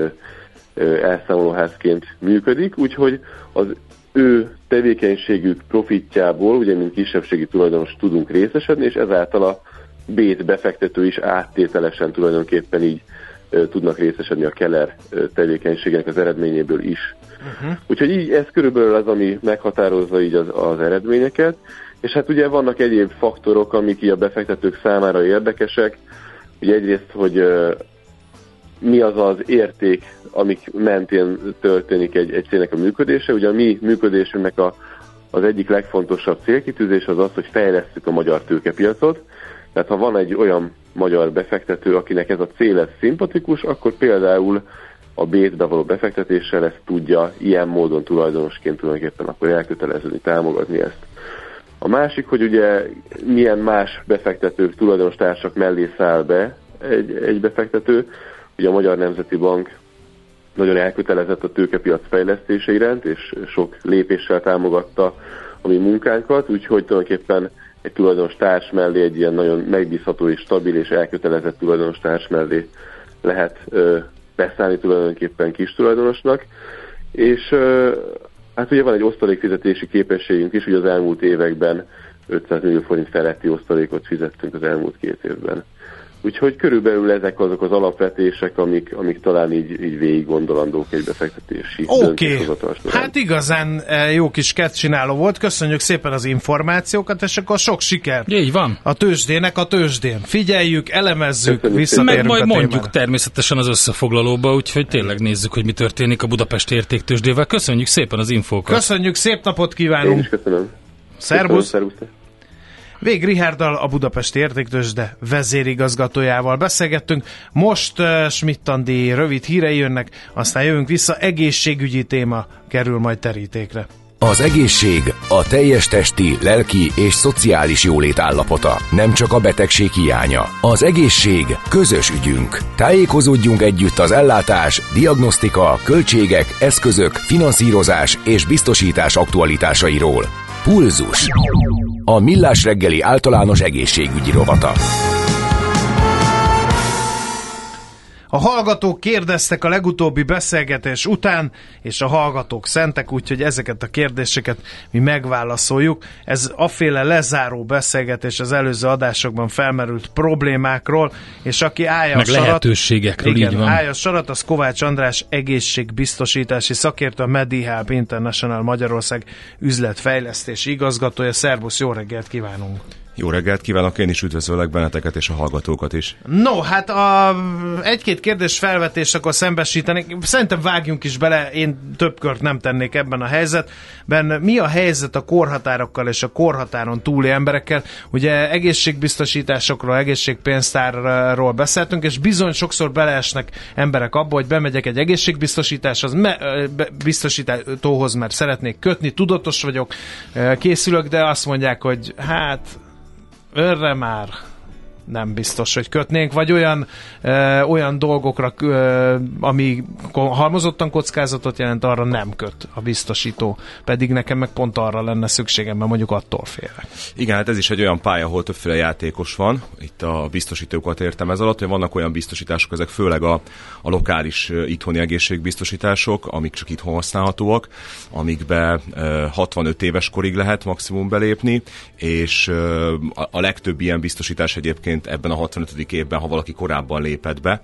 elszámolóházként működik, úgyhogy az ő tevékenységük profitjából, ugye mint kisebbségi tulajdonos tudunk részesedni, és ezáltal a bét befektető is áttételesen tulajdonképpen így tudnak részesedni a Keller tevékenységének az eredményéből is. Úgyhogy így ez körülbelül az, ami meghatározza így az eredményeket, és hát ugye vannak egyéb faktorok, amik így a befektetők számára érdekesek. Ugye egyrészt, hogy mi az az érték, amik mentén történik egy cégnek a működése. Ugye a mi működésünknek az egyik legfontosabb célkitűzés az az, hogy fejlesszük a magyar tőkepiacot. Tehát ha van egy olyan magyar befektető, akinek ez a cél ez szimpatikus, akkor például a bétbe való befektetéssel ezt tudja ilyen módon tulajdonosként tulajdonképpen akkor elköteleződni, támogatni ezt. A másik, hogy ugye milyen más befektetők, tulajdonostársak mellé száll be egy befektető. Ugye a Magyar Nemzeti Bank nagyon elkötelezett a tőkepiac fejlesztése iránt, és sok lépéssel támogatta a mi munkánkat, úgyhogy tulajdonképpen egy tulajdonostárs mellé egy ilyen nagyon megbízható és stabil és elkötelezett tulajdonostárs mellé lehet beszállni tulajdonképpen kis tulajdonosnak. És hát ugye van egy osztalékfizetési képességünk is, hogy az elmúlt években 500 millió forint feletti osztalékot fizettünk az elmúlt 2 évben. Úgyhogy körülbelül ezek azok az alapvetések, amik talán így végig gondolandók egy befektetési döntéshozatal során. Hát igazán jó kis kettcsináló volt. Köszönjük szépen az információkat, és akkor sok sikert. Így van. A tőzsdének a tőzsdén. Figyeljük, elemezzük, visszatérünk meg majd a mondjuk témára. természetesen az összefoglalóba, úgyhogy tényleg nézzük, hogy mi történik a Budapesti Értéktőzsdével. Köszönjük szépen az infókat. Köszönjük, szép napot kívánunk. Én is köszönöm. Szervusz. Szervusz. Vég Richárddal, a Budapesti Értéktőzsde vezérigazgatójával beszélgettünk. Most Schmidt Andi rövid hírei jönnek, aztán jövünk vissza, egészségügyi téma kerül majd terítékre. Az egészség a teljes testi, lelki és szociális jólét állapota, nem csak a betegség hiánya. Az egészség közös ügyünk. Tájékozódjunk együtt az ellátás, diagnosztika, költségek, eszközök, finanszírozás és biztosítás aktualitásairól. Pulzus. A Millás reggeli általános egészségügyi rovata. A hallgatók kérdeztek a legutóbbi beszélgetés után, és a hallgatók szentek, úgyhogy ezeket a kérdéseket mi megválaszoljuk. Ez aféle lezáró beszélgetés az előző adásokban felmerült problémákról, és aki állja meg a sarat... lehetőségekről, igen, így van. állja a sarat, az Kovács András egészségbiztosítási szakértő, a MediHelp International Magyarország üzletfejlesztési igazgatója. Szervusz, jó reggelt kívánunk! Jó reggelt kívánok, én is üdvözöllek benneteket és a hallgatókat is. No, hát egy-két kérdés felvetés akkor szembesítenék. Szerintem vágjunk is bele, én több kört nem tennék ebben a helyzetben. Mi a helyzet a korhatárokkal és a korhatáron túli emberekkel? Ugye egészségbiztosításokról, egészségpénztárról beszéltünk, és bizony sokszor beleesnek emberek abba, hogy bemegyek egy egészségbiztosításhoz, biztosítóhoz, mert szeretnék kötni, tudatos vagyok, készülök, de azt mondják, hogy hát őrre már nem biztos, hogy kötnénk, vagy olyan dolgokra, ami halmozottan kockázatot jelent, arra nem köt a biztosító. Pedig nekem meg pont arra lenne szükségem, mert mondjuk attól félek. Igen, hát ez is egy olyan pálya, ahol többféle játékos van. Itt a biztosítókat értem ez alatt, hogy vannak olyan biztosítások, ezek főleg a lokális itthoni egészségbiztosítások, amik csak itthon használhatóak, amikbe 65 éves korig lehet maximum belépni, és a legtöbb ilyen biztosítás egyébként ebben a 65. évben, ha valaki korábban lépett be,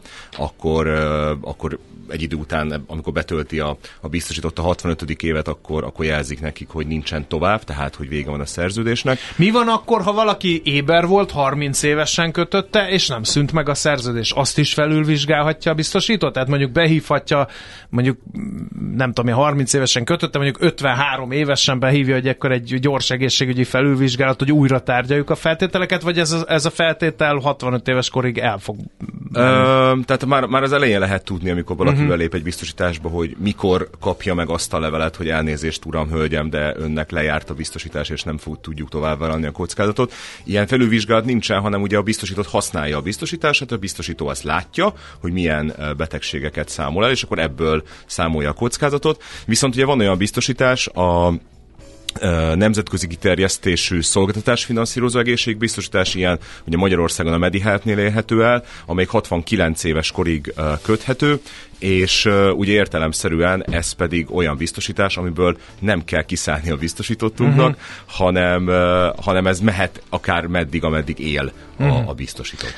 akkor egy idő után, amikor betölti a biztosított a 65. évet, akkor jelzik nekik, hogy nincsen tovább, tehát hogy vége van a szerződésnek. Mi van akkor, ha valaki éber volt, 30 évesen kötötte, és nem szűnt meg a szerződés? Azt is felülvizsgálhatja a biztosító? Tehát mondjuk behívhatja, mondjuk nem tudom, 30 évesen kötötte, mondjuk 53 évesen behívja, hogy akkor egy gyors egészségügyi felülvizsgálat, hogy újra tárgyaljuk a feltételeket, vagy ez a feltétel 65 éves korig el fog... Tehát már az elején lehet tudni, amikor valaki belép egy biztosításba, hogy mikor kapja meg azt a levelet, hogy elnézést, uram, hölgyem, de önnek lejárt a biztosítás, és nem tudjuk tovább vállalni a kockázatot. Ilyen felülvizsgálat nincsen, hanem ugye a biztosított használja a biztosítását, a biztosító azt látja, hogy milyen betegségeket számol el, és akkor ebből számolja a kockázatot. Viszont ugye van olyan biztosítás, a nemzetközi kiterjesztésű szolgáltatásfinanszírozó egészségbiztosítás, ilyen ugye Magyarországon a MediHelp-nél érhető el, amelyik 69 éves korig köthető, és ugye értelemszerűen ez pedig olyan biztosítás, amiből nem kell kiszállni a biztosítottunknak, hanem ez mehet akár meddig, ameddig él a biztosított.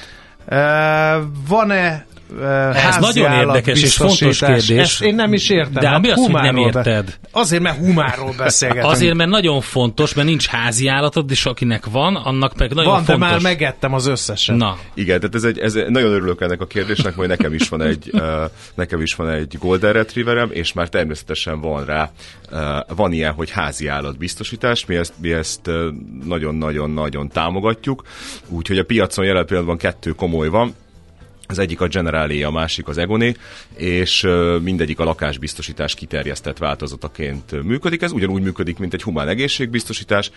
Van-e ez nagyon érdekes és fontos kérdés. Ezt én nem is értem. De mi az, hogy nem érted? Azért, mert humánról beszélgetünk. Azért, mert nagyon fontos, mert nincs házi állatod, és akinek van, annak meg nagyon fontos. Van, de már megettem az összeset. Na. Igen, tehát ez nagyon örülök ennek a kérdésnek, hogy nekem is van egy Golden Retrieverem, és már természetesen van ilyen, hogy házi állatbiztosítás, mi ezt nagyon-nagyon-nagyon támogatjuk, úgyhogy a piacon jelen pillanatban 2 komoly van. Az egyik a Generali, a másik az Egoné, és mindegyik a lakásbiztosítás kiterjesztett változataként működik. Ez ugyanúgy működik, mint egy humán egészségbiztosítás.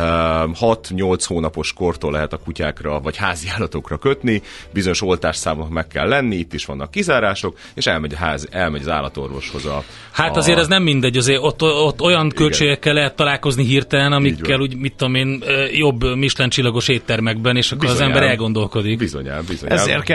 6-8 hónapos kortól lehet a kutyákra vagy házi állatokra kötni, bizonyos oltásszámnak meg kell lenni, itt is vannak kizárások, és elmegy az állatorvoshoz azért ez nem mindegy, azért ott olyan költségekkel lehet találkozni hirtelen, amikkel úgy, mit tudom én, jobb Michelin csillagos éttermekben, és akkor az ember elgondolkodik. Bizonyán. Ezért kell megenni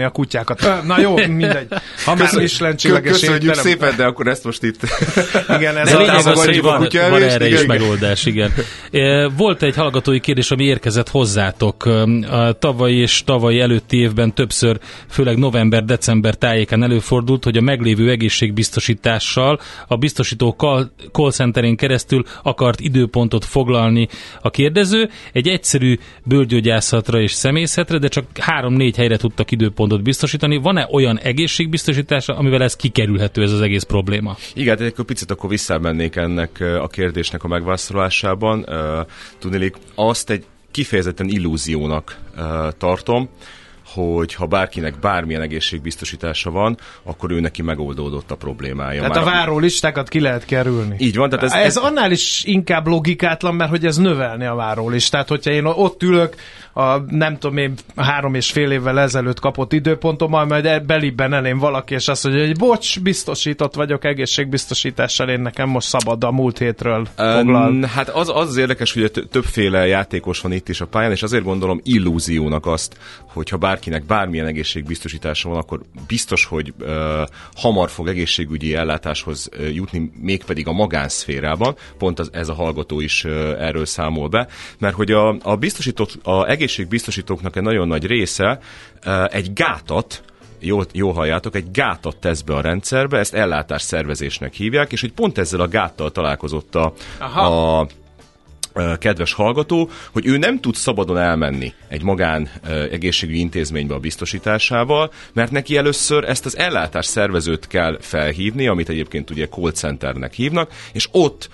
a kutyákat. Na jó, mindegy. Ha már Michelin csillages köszönjük szépen, de akkor ezt most itt... Igen, ez de lényeg az, hogy van erre is megoldás, igen. Volt egy hallgatói kérdés, ami érkezett hozzátok. A tavalyi előtti évben többször, főleg november-december tájékán előfordult, hogy a meglévő egészségbiztosítással a biztosító call centerén keresztül akart időpontot foglalni a kérdező. Egy egyszerű bőrgyógyászatra és szemészetre, de csak 3-4 helyre tudtak időpontot biztosítani. Van-e olyan egészségbiztosítása, amivel ez kikerülhető, ez az egész probléma? Igen, egy picit akkor visszamennék ennek a kérdésnek a megválaszolásában. Tudnélik, azt egy kifejezetten illúziónak tartom, hogy ha bárkinek bármilyen egészségbiztosítása van, akkor ő neki megoldódott a problémája. Tehát a várólistákat ki lehet kerülni. Így van. Tehát ez annál is inkább logikátlan, mert hogy ez növelni a várólistát. Hogyha én ott ülök, nem tudom én 3,5 évvel ezelőtt kapott időpontommal, majd belibben elém valaki, és azt mondja, hogy bocs, biztosított vagyok egészségbiztosítással, én nekem most szabad a múlt hétről foglal. Hát az érdekes, hogy többféle játékos van itt is a pályán, és azért gondolom illúziónak azt, hogyha bárkinek bármilyen egészségbiztosítása van, akkor biztos, hogy hamar fog egészségügyi ellátáshoz jutni, mégpedig a magánszférában. Pont ez a hallgató is erről számol be, mert hogy a egészségbiztosítóknak egy nagyon nagy része egy gátat, jól halljátok, egy gátat tesz be a rendszerbe, ezt ellátásszervezésnek hívják, és hogy pont ezzel a gáttal találkozott a kedves hallgató, hogy ő nem tud szabadon elmenni egy magán egészségügyi intézménybe a biztosításával, mert neki először ezt az ellátásszervezőt kell felhívni, amit egyébként ugye call centernek hívnak, és ott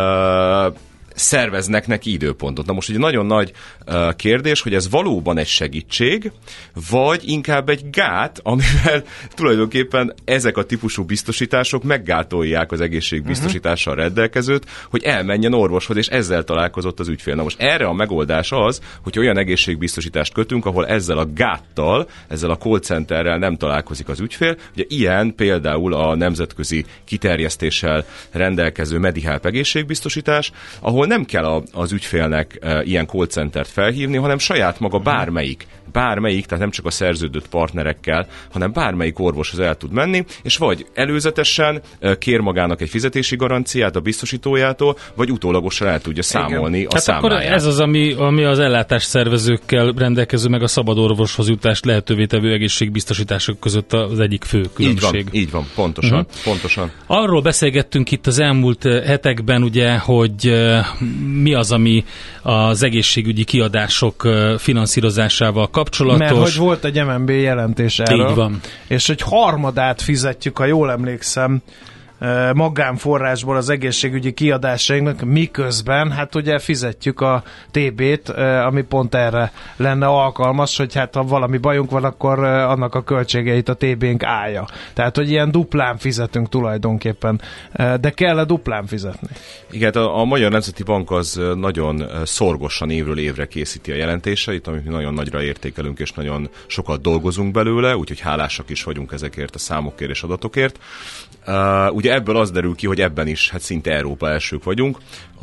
szerveznek neki időpontot. Na most ugye nagyon nagy kérdés, hogy ez valóban egy segítség, vagy inkább egy gát, amivel tulajdonképpen ezek a típusú biztosítások meggátolják az egészségbiztosítással rendelkezőt, hogy elmenjen orvoshoz, és ezzel találkozott az ügyfél. Na most erre a megoldás az, hogy olyan egészségbiztosítást kötünk, ahol ezzel a gáttal, ezzel a call centerrel nem találkozik az ügyfél. Ugye ilyen például a nemzetközi kiterjesztéssel rendelkező Medihelp egészségbiztosítás, ahol nem kell az ügyfélnek ilyen call centert felhívni, hanem saját maga bármelyik, tehát nem csak a szerződött partnerekkel, hanem bármelyik orvoshoz el tud menni, és vagy előzetesen kér magának egy fizetési garanciát a biztosítójától, vagy utólagosan el tudja számolni a számláját. Akkor ez az, ami az ellátásszervezőkkel rendelkező, meg a szabad orvoshoz jutást lehetővé tevő egészségbiztosítások között az egyik fő különbség. Így van, pontosan. Arról beszélgettünk itt az elmúlt hetekben, ugye, hogy mi az, ami az egészségügyi kiadások finanszírozásával kapcsolatos. Mert hogy volt egy MNB jelentés erről. Így van. És hogy harmadát fizetjük, ha jól emlékszem, magánforrásból az egészségügyi kiadásainknak, miközben hát ugye fizetjük a TB-t, ami pont erre lenne alkalmas, hogy hát ha valami bajunk van, akkor annak a költségeit a TB-nk állja. Tehát, hogy ilyen duplán fizetünk tulajdonképpen. De kell-e duplán fizetni? Igen, a Magyar Nemzeti Bank az nagyon szorgosan évről évre készíti a jelentéseit, amit mi nagyon nagyra értékelünk, és nagyon sokat dolgozunk belőle, úgyhogy hálásak is vagyunk ezekért a számokért és adatokért. Ugye ebből az derül ki, hogy ebben is hát szinte Európa elsők vagyunk,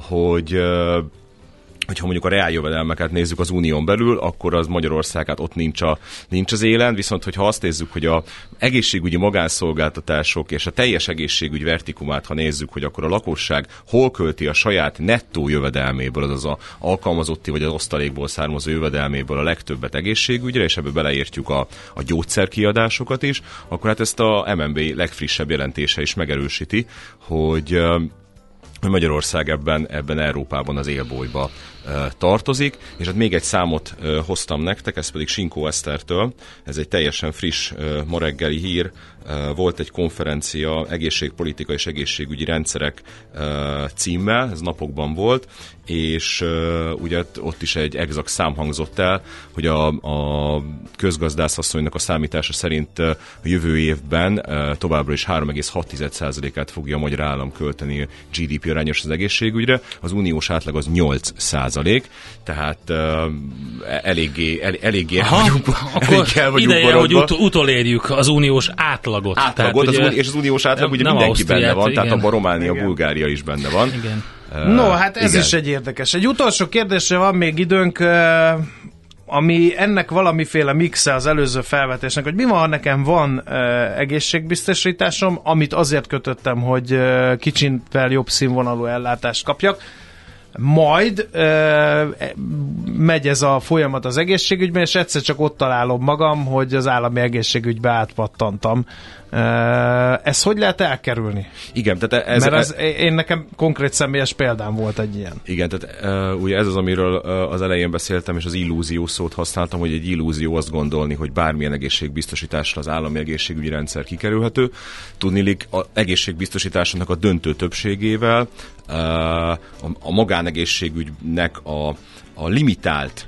hogyha mondjuk a reáljövedelmeket nézzük az unión belül, akkor az Magyarország, hát ott nincs az élen, viszont hogyha azt nézzük, hogy a egészségügyi magánszolgáltatások és a teljes egészségügy vertikumát, ha nézzük, hogy akkor a lakosság hol költi a saját nettó jövedelméből, azaz az alkalmazotti vagy az osztalékból származó jövedelméből a legtöbbet egészségügyre, és ebbe beleértjük a gyógyszerkiadásokat is, akkor hát ezt a MNB legfrissebb jelentése is megerősíti, hogy Magyarország ebben Európában az élbolyba tartozik, és hát még egy számot hoztam nektek, ez pedig Sinkó Esztertől, ez egy teljesen friss ma reggeli hír, volt egy konferencia egészségpolitika és egészségügyi rendszerek címmel, ez napokban volt, és ugye ott is egy exakt szám hangzott el, hogy a közgazdászasszonynak a számítása szerint a jövő évben továbbra is 3,6%-át fogja a magyar állam költeni GDP arányos az egészségügyre, az uniós átlag az 8%, tehát eléggé el vagyunk ideje, hogy utolérjük az uniós átlagot. Tehát, és az uniós átlag ugye mindenki Ausztriát, benne van, igen. Tehát abban Románia, igen. Bulgária is benne van. Igen. No, hát ez igen. Is egy érdekes. Egy utolsó kérdésre van még időnk. ami ennek valamiféle mixe az előző felvetésnek, hogy mi van, ha nekem van egészségbiztosításom, amit azért kötöttem, hogy kicsivel jobb színvonalú ellátást kapjak, majd megy ez a folyamat az egészségügyben, és egyszer csak ott találom magam, hogy az állami egészségügybe átpattantam. Ezt hogy lehet elkerülni? Igen, tehát mert én nekem konkrét személyes példám volt egy ilyen. Igen, tehát ugye ez az, amiről az elején beszéltem, és az illúzió szót használtam, hogy egy illúzió azt gondolni, hogy bármilyen egészségbiztosításra az állami egészségügyi rendszer kikerülhető. Tudniillik, az egészségbiztosításnak a döntő többségével a magánegészségügynek a limitált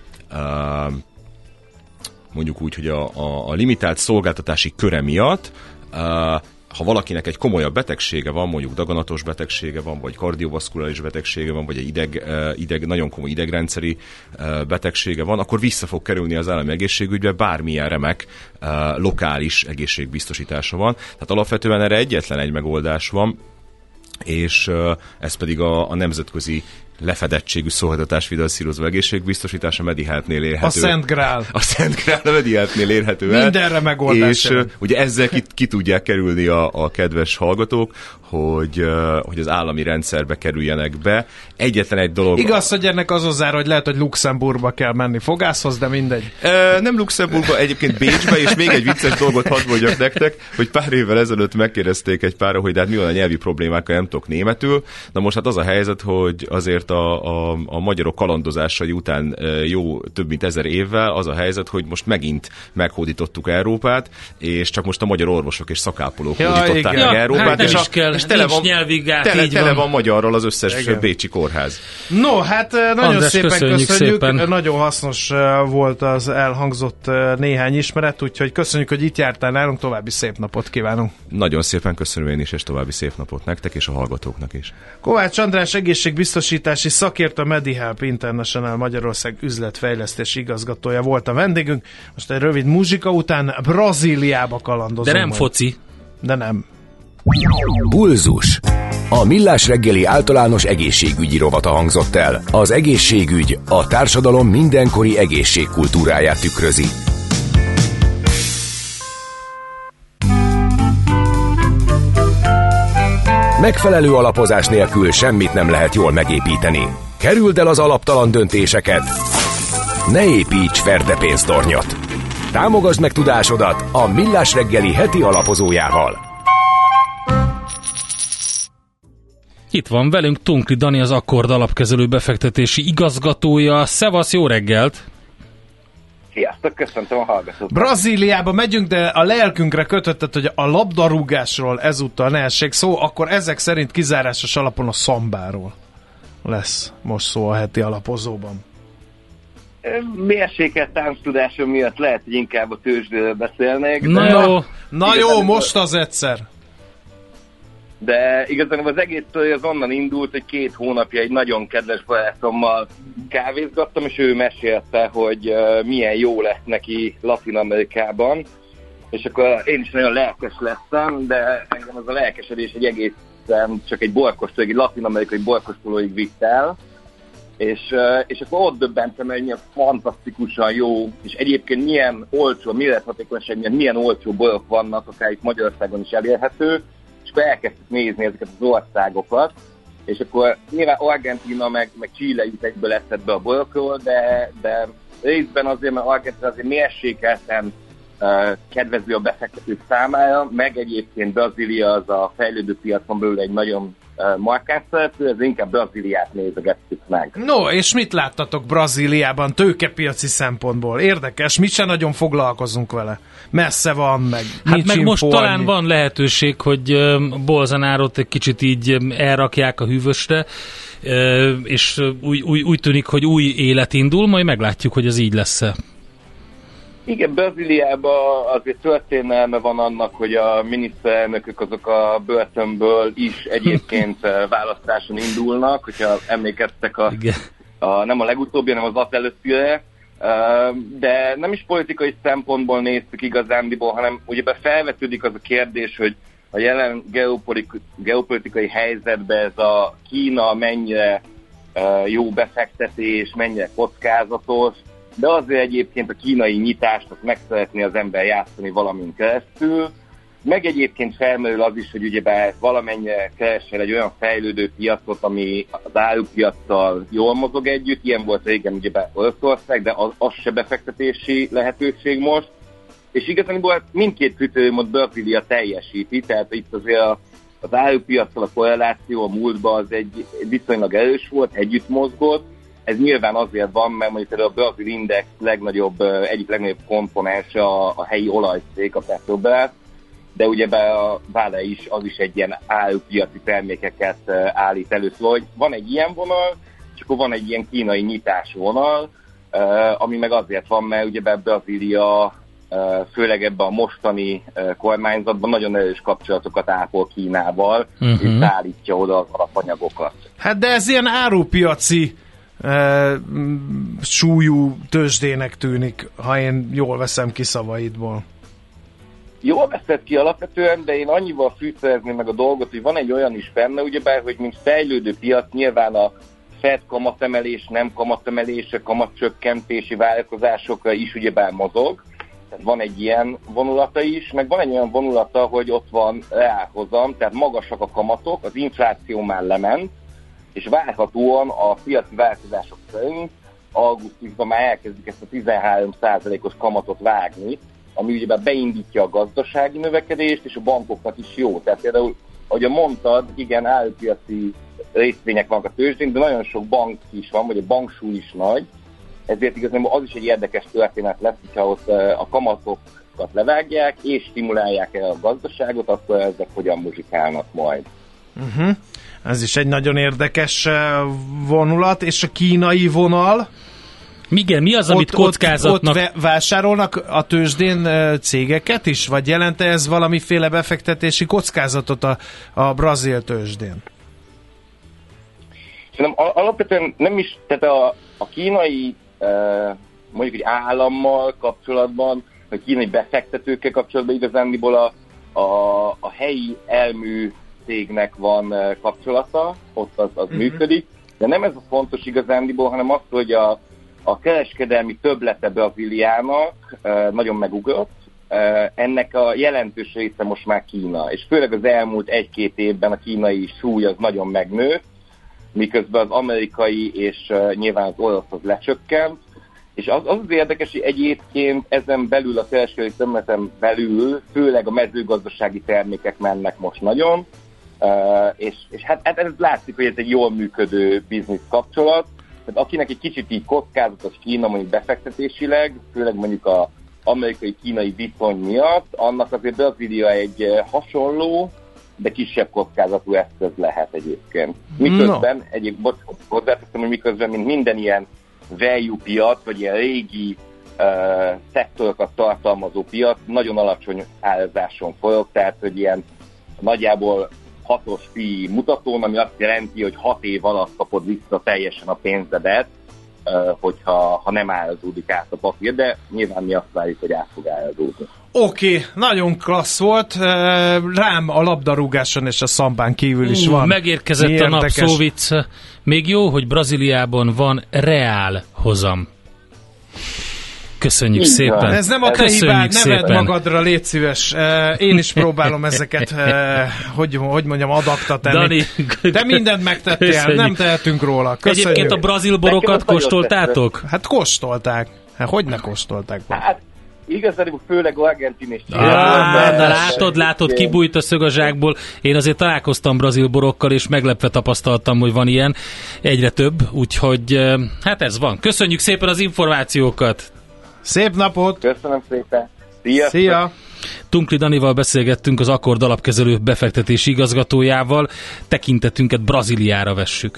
mondjuk úgy, hogy a limitált szolgáltatási köre miatt, ha valakinek egy komolyabb betegsége van, mondjuk daganatos betegsége van, vagy kardiovaszkuláris betegsége van, vagy egy nagyon komoly idegrendszeri betegsége van, akkor vissza fog kerülni az állami egészségügybe, bármilyen remek lokális egészségbiztosítása van. Tehát alapvetően erre egyetlen egy megoldás van, és ez pedig a nemzetközi lefedettségű szolgáltatás finanszírozó egészségbiztosítás a Medihealth-nél érhető. A Szent Grál. A Szent Grál a Medihealth-nél érhető el. Mindenre megoldás. És ugye ezzel ki tudják kerülni a kedves hallgatók, hogy az állami rendszerbe kerüljenek be. Egyetlen egy dolog... Igaz, hogy ennek az hozzá, hogy lehet, hogy Luxemburgba kell menni fogászhoz, de mindegy. Nem Luxemburgba, egyébként Bécsbe, és még egy vicces dolgot hadd mondjak nektek, hogy pár évvel ezelőtt megkérdezték egy párra, hogy de hát mi van a nyelvi problémákkal, nem tudok németül. Na most hát az a helyzet, hogy azért a magyarok kalandozásai után jó több mint 1000 évvel az a helyzet, hogy most megint meghódítottuk Európát, és csak most a magyar orvosok és szakápolók hódították meg Európát, és tele van magyarral az összes bécsi kórház. No, hát nagyon András, szépen köszönjük. Nagyon hasznos volt az elhangzott néhány ismeret, úgyhogy köszönjük, hogy itt jártál nálunk, további szép napot kívánunk. Nagyon szépen köszönöm én is, és további szép napot nektek és a hallgatóknak is. Kovács András egészségbiztosítási szakértő, a Medihealth International Magyarország üzletfejlesztési igazgatója volt a vendégünk. Most egy rövid muzsika után Brazíliába kalandozunk. De nem majd. Foci. De nem. Pulzus. A Millás reggeli általános egészségügyi rovata hangzott el. Az egészségügy a társadalom mindenkori egészségkultúráját tükrözi. Megfelelő alapozás nélkül semmit nem lehet jól megépíteni. Kerüld el az alaptalan döntéseket. Ne építs ferdepénztornyot. Támogasd meg tudásodat a Millás reggeli heti alapozójával. Itt van velünk Tunkli Dani, az Akkord alapkezelő befektetési igazgatója. Szevasz, jó reggelt! Sziasztok, köszöntöm a hallgatót. Brazíliába megyünk, de a lelkünkre kötötted, hogy a labdarúgásról ezúttal ne essék szó, akkor ezek szerint kizárásos alapon a szambáról lesz most szó a heti alapozóban. Mérsékelt tánctudásom miatt lehet, hogy inkább a tőzsdéről beszélnék. Na jó, most az egyszer. De igazából az egész az onnan indult, hogy 2 hónapja egy nagyon kedves barátommal kávézgattam, és ő mesélte, hogy milyen jó lesz neki Latin Amerikában. És akkor én is nagyon lelkes lettem, de engem az a lelkesedés egy egészen csak egy Latin Amerikai borkóstolóig vitt el. És akkor ott döbbentem, hogy milyen fantasztikusan jó, és egyébként milyen olcsó, mérethatékonyság, milyen olcsó borok vannak, akár itt Magyarországon is elérhető. És akkor elkezdtük nézni ezeket az országokat, és akkor nyilván Argentína meg Chile jut egyből eszedbe a borokról, de részben azért, mert Argentína azért mérsékelten kedvező a befektetők számára, meg egyébként Brazília az a fejlődő piacon belül egy nagyon markáns szereplő, ez inkább Brazíliát nézegettük meg. No, és mit láttatok Brazíliában tőkepiaci szempontból? Érdekes, mit sem nagyon foglalkozunk vele. Messze van, meg hát meg most talán van lehetőség, hogy Bolsonarot egy kicsit így elrakják a hűvösre, és úgy tűnik, hogy új élet indul, majd meglátjuk, hogy ez így lesz-e. Igen, Brazíliában azért történelme van annak, hogy a miniszterelnökök azok a börtönből is egyébként választáson indulnak, hogyha emlékeztek nem a legutóbbi, hanem az előttire, de nem is politikai szempontból néztük igazándiból, hanem ugye felvetődik az a kérdés, hogy a jelen geopolitikai helyzetben ez a Kína mennyire jó befektetés, mennyire kockázatos, de azért egyébként a kínai nyitást meg szeretné az ember játszani valamin keresztül, meg egyébként felmerül az is, hogy ugyebár valamennyire keresel egy olyan fejlődő piacot, ami az árupiaccal jól mozog együtt, ilyen volt régen ugyebár Oroszország, de az se befektetési lehetőség most, és igazából mindkét kritériumot Brazília teljesíti, tehát itt azért az árupiaccal a korreláció a múltban az egy viszonylag erős volt, együtt mozgott. Ez nyilván azért van, mert mondjuk a brazil index egyik legnagyobb komponense a helyi olajcég, a Petrobras, de ugyebár a Vale is, az is egy ilyen árupiaci termékeket állít elő. Szóval, hogy van egy ilyen vonal, és akkor van egy ilyen kínai nyitás vonal, ami meg azért van, mert ugyebár Brazília főleg ebben a mostani kormányzatban nagyon erős kapcsolatokat ápol Kínával, és szállítja oda az alapanyagokat. Hát de ez ilyen árupiaci súlyú tőzsdének tűnik, ha én jól veszem ki szavaidból. Jól veszed ki alapvetően, de én annyival fűszerezném meg a dolgot, hogy van egy olyan is benne, ugyebár, hogy mint fejlődő piac nyilván a Fed kamatemelés, nem kamatemelése, kamatcsökkentési várakozásokra is ugyebár mozog. Tehát van egy ilyen vonulata is, meg van egy olyan vonulata, hogy ott van reálhozam, tehát magasak a kamatok, az infláció már lement, és várhatóan a piaci változások szerint augusztusban már elkezdik ezt a 13%-os kamatot vágni, ami ugye beindítja a gazdasági növekedést, és a bankoknak is jó. Tehát például, ahogy mondtad, igen, árupiaci részvények vannak a tőzsdén, de nagyon sok bank is van, vagy a banksúly is nagy, ezért igazából az is egy érdekes történet lesz, hogyha ott a kamatokat levágják, és stimulálják el a gazdaságot, akkor ezek hogyan muzsikálnak majd. Ez is egy nagyon érdekes vonulat, és a kínai vonal? Igen, mi az, amit kockázatnak... Ott vásárolnak a tőzsdén cégeket is? Vagy jelente ez valamiféle befektetési kockázatot a brazil tőzsdén? Szerintem alapvetően nem is, tehát a kínai mondjuk egy állammal kapcsolatban, vagy kínai befektetőkkel kapcsolatban igazándiból a helyi elmű cégnek van kapcsolata, ott az működik, de nem ez a fontos igazándiból, hanem az, hogy a kereskedelmi többlete Brazíliának nagyon megugrott, ennek a jelentős része most már Kína, és főleg az elmúlt 1-2 évben a kínai súly az nagyon megnőtt, miközben az amerikai és nyilván az orosz az lecsökkent, és az érdekes, hogy egyébként ezen belül a kereskedelmi tömleten belül főleg a mezőgazdasági termékek mennek most nagyon, és hát ez látszik, hogy ez egy jól működő biznisz kapcsolat, tehát akinek egy kicsit így kockázatos Kína mondjuk befektetésileg, főleg mondjuk az amerikai-kínai viszony miatt, annak azért Brazília egy hasonló, de kisebb kockázatú eszköz lehet egyébként. Miközben, hozzáteszem, hogy miközben, mint minden ilyen value piac, vagy ilyen régi szektorokat tartalmazó piac, nagyon alacsony árazáson forog, tehát hogy ilyen nagyjából 6-os PI mutatón, ami azt jelenti, hogy 6 év alatt kapod vissza teljesen a pénzedet, hogyha nem árazódik át a papír, de nyilván mi azt várjuk, hogy át fog árazódni. Oké, nagyon klassz volt. Rám a labdarúgáson és a szambán kívül is van. Megérkezett a nap szóvic. Még jó, hogy Brazíliában van reál hozam. Köszönjük szépen. Ez nem a te hibád, neved magadra, légy szíves. Én is próbálom ezeket, hogy mondjam, adakta tenni. Dani, te mindent megtettél, köszönjük. Nem tehetünk róla. Köszönjük. Egyébként a brazil borokat kóstoltátok? Hát kóstolták. Hogy ne kóstolták? Hát igazából főleg Argentin és Chile. De látod, kibújt a szög a zsákból. Én azért találkoztam brazil borokkal, és meglepve tapasztaltam, hogy van ilyen. Egyre több, úgyhogy hát ez van. Köszönjük szépen az információkat. Szép napot! Köszönöm szépen! Sziasztok. Szia! Tunkli Danival beszélgettünk, az Akkord alapkezelő befektetési igazgatójával. Tekintetünket Brazíliára vessük.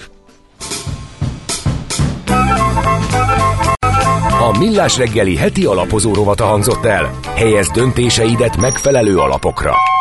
A Millás reggeli heti alapozó rovata hangzott el. Helyezd döntéseidet megfelelő alapokra.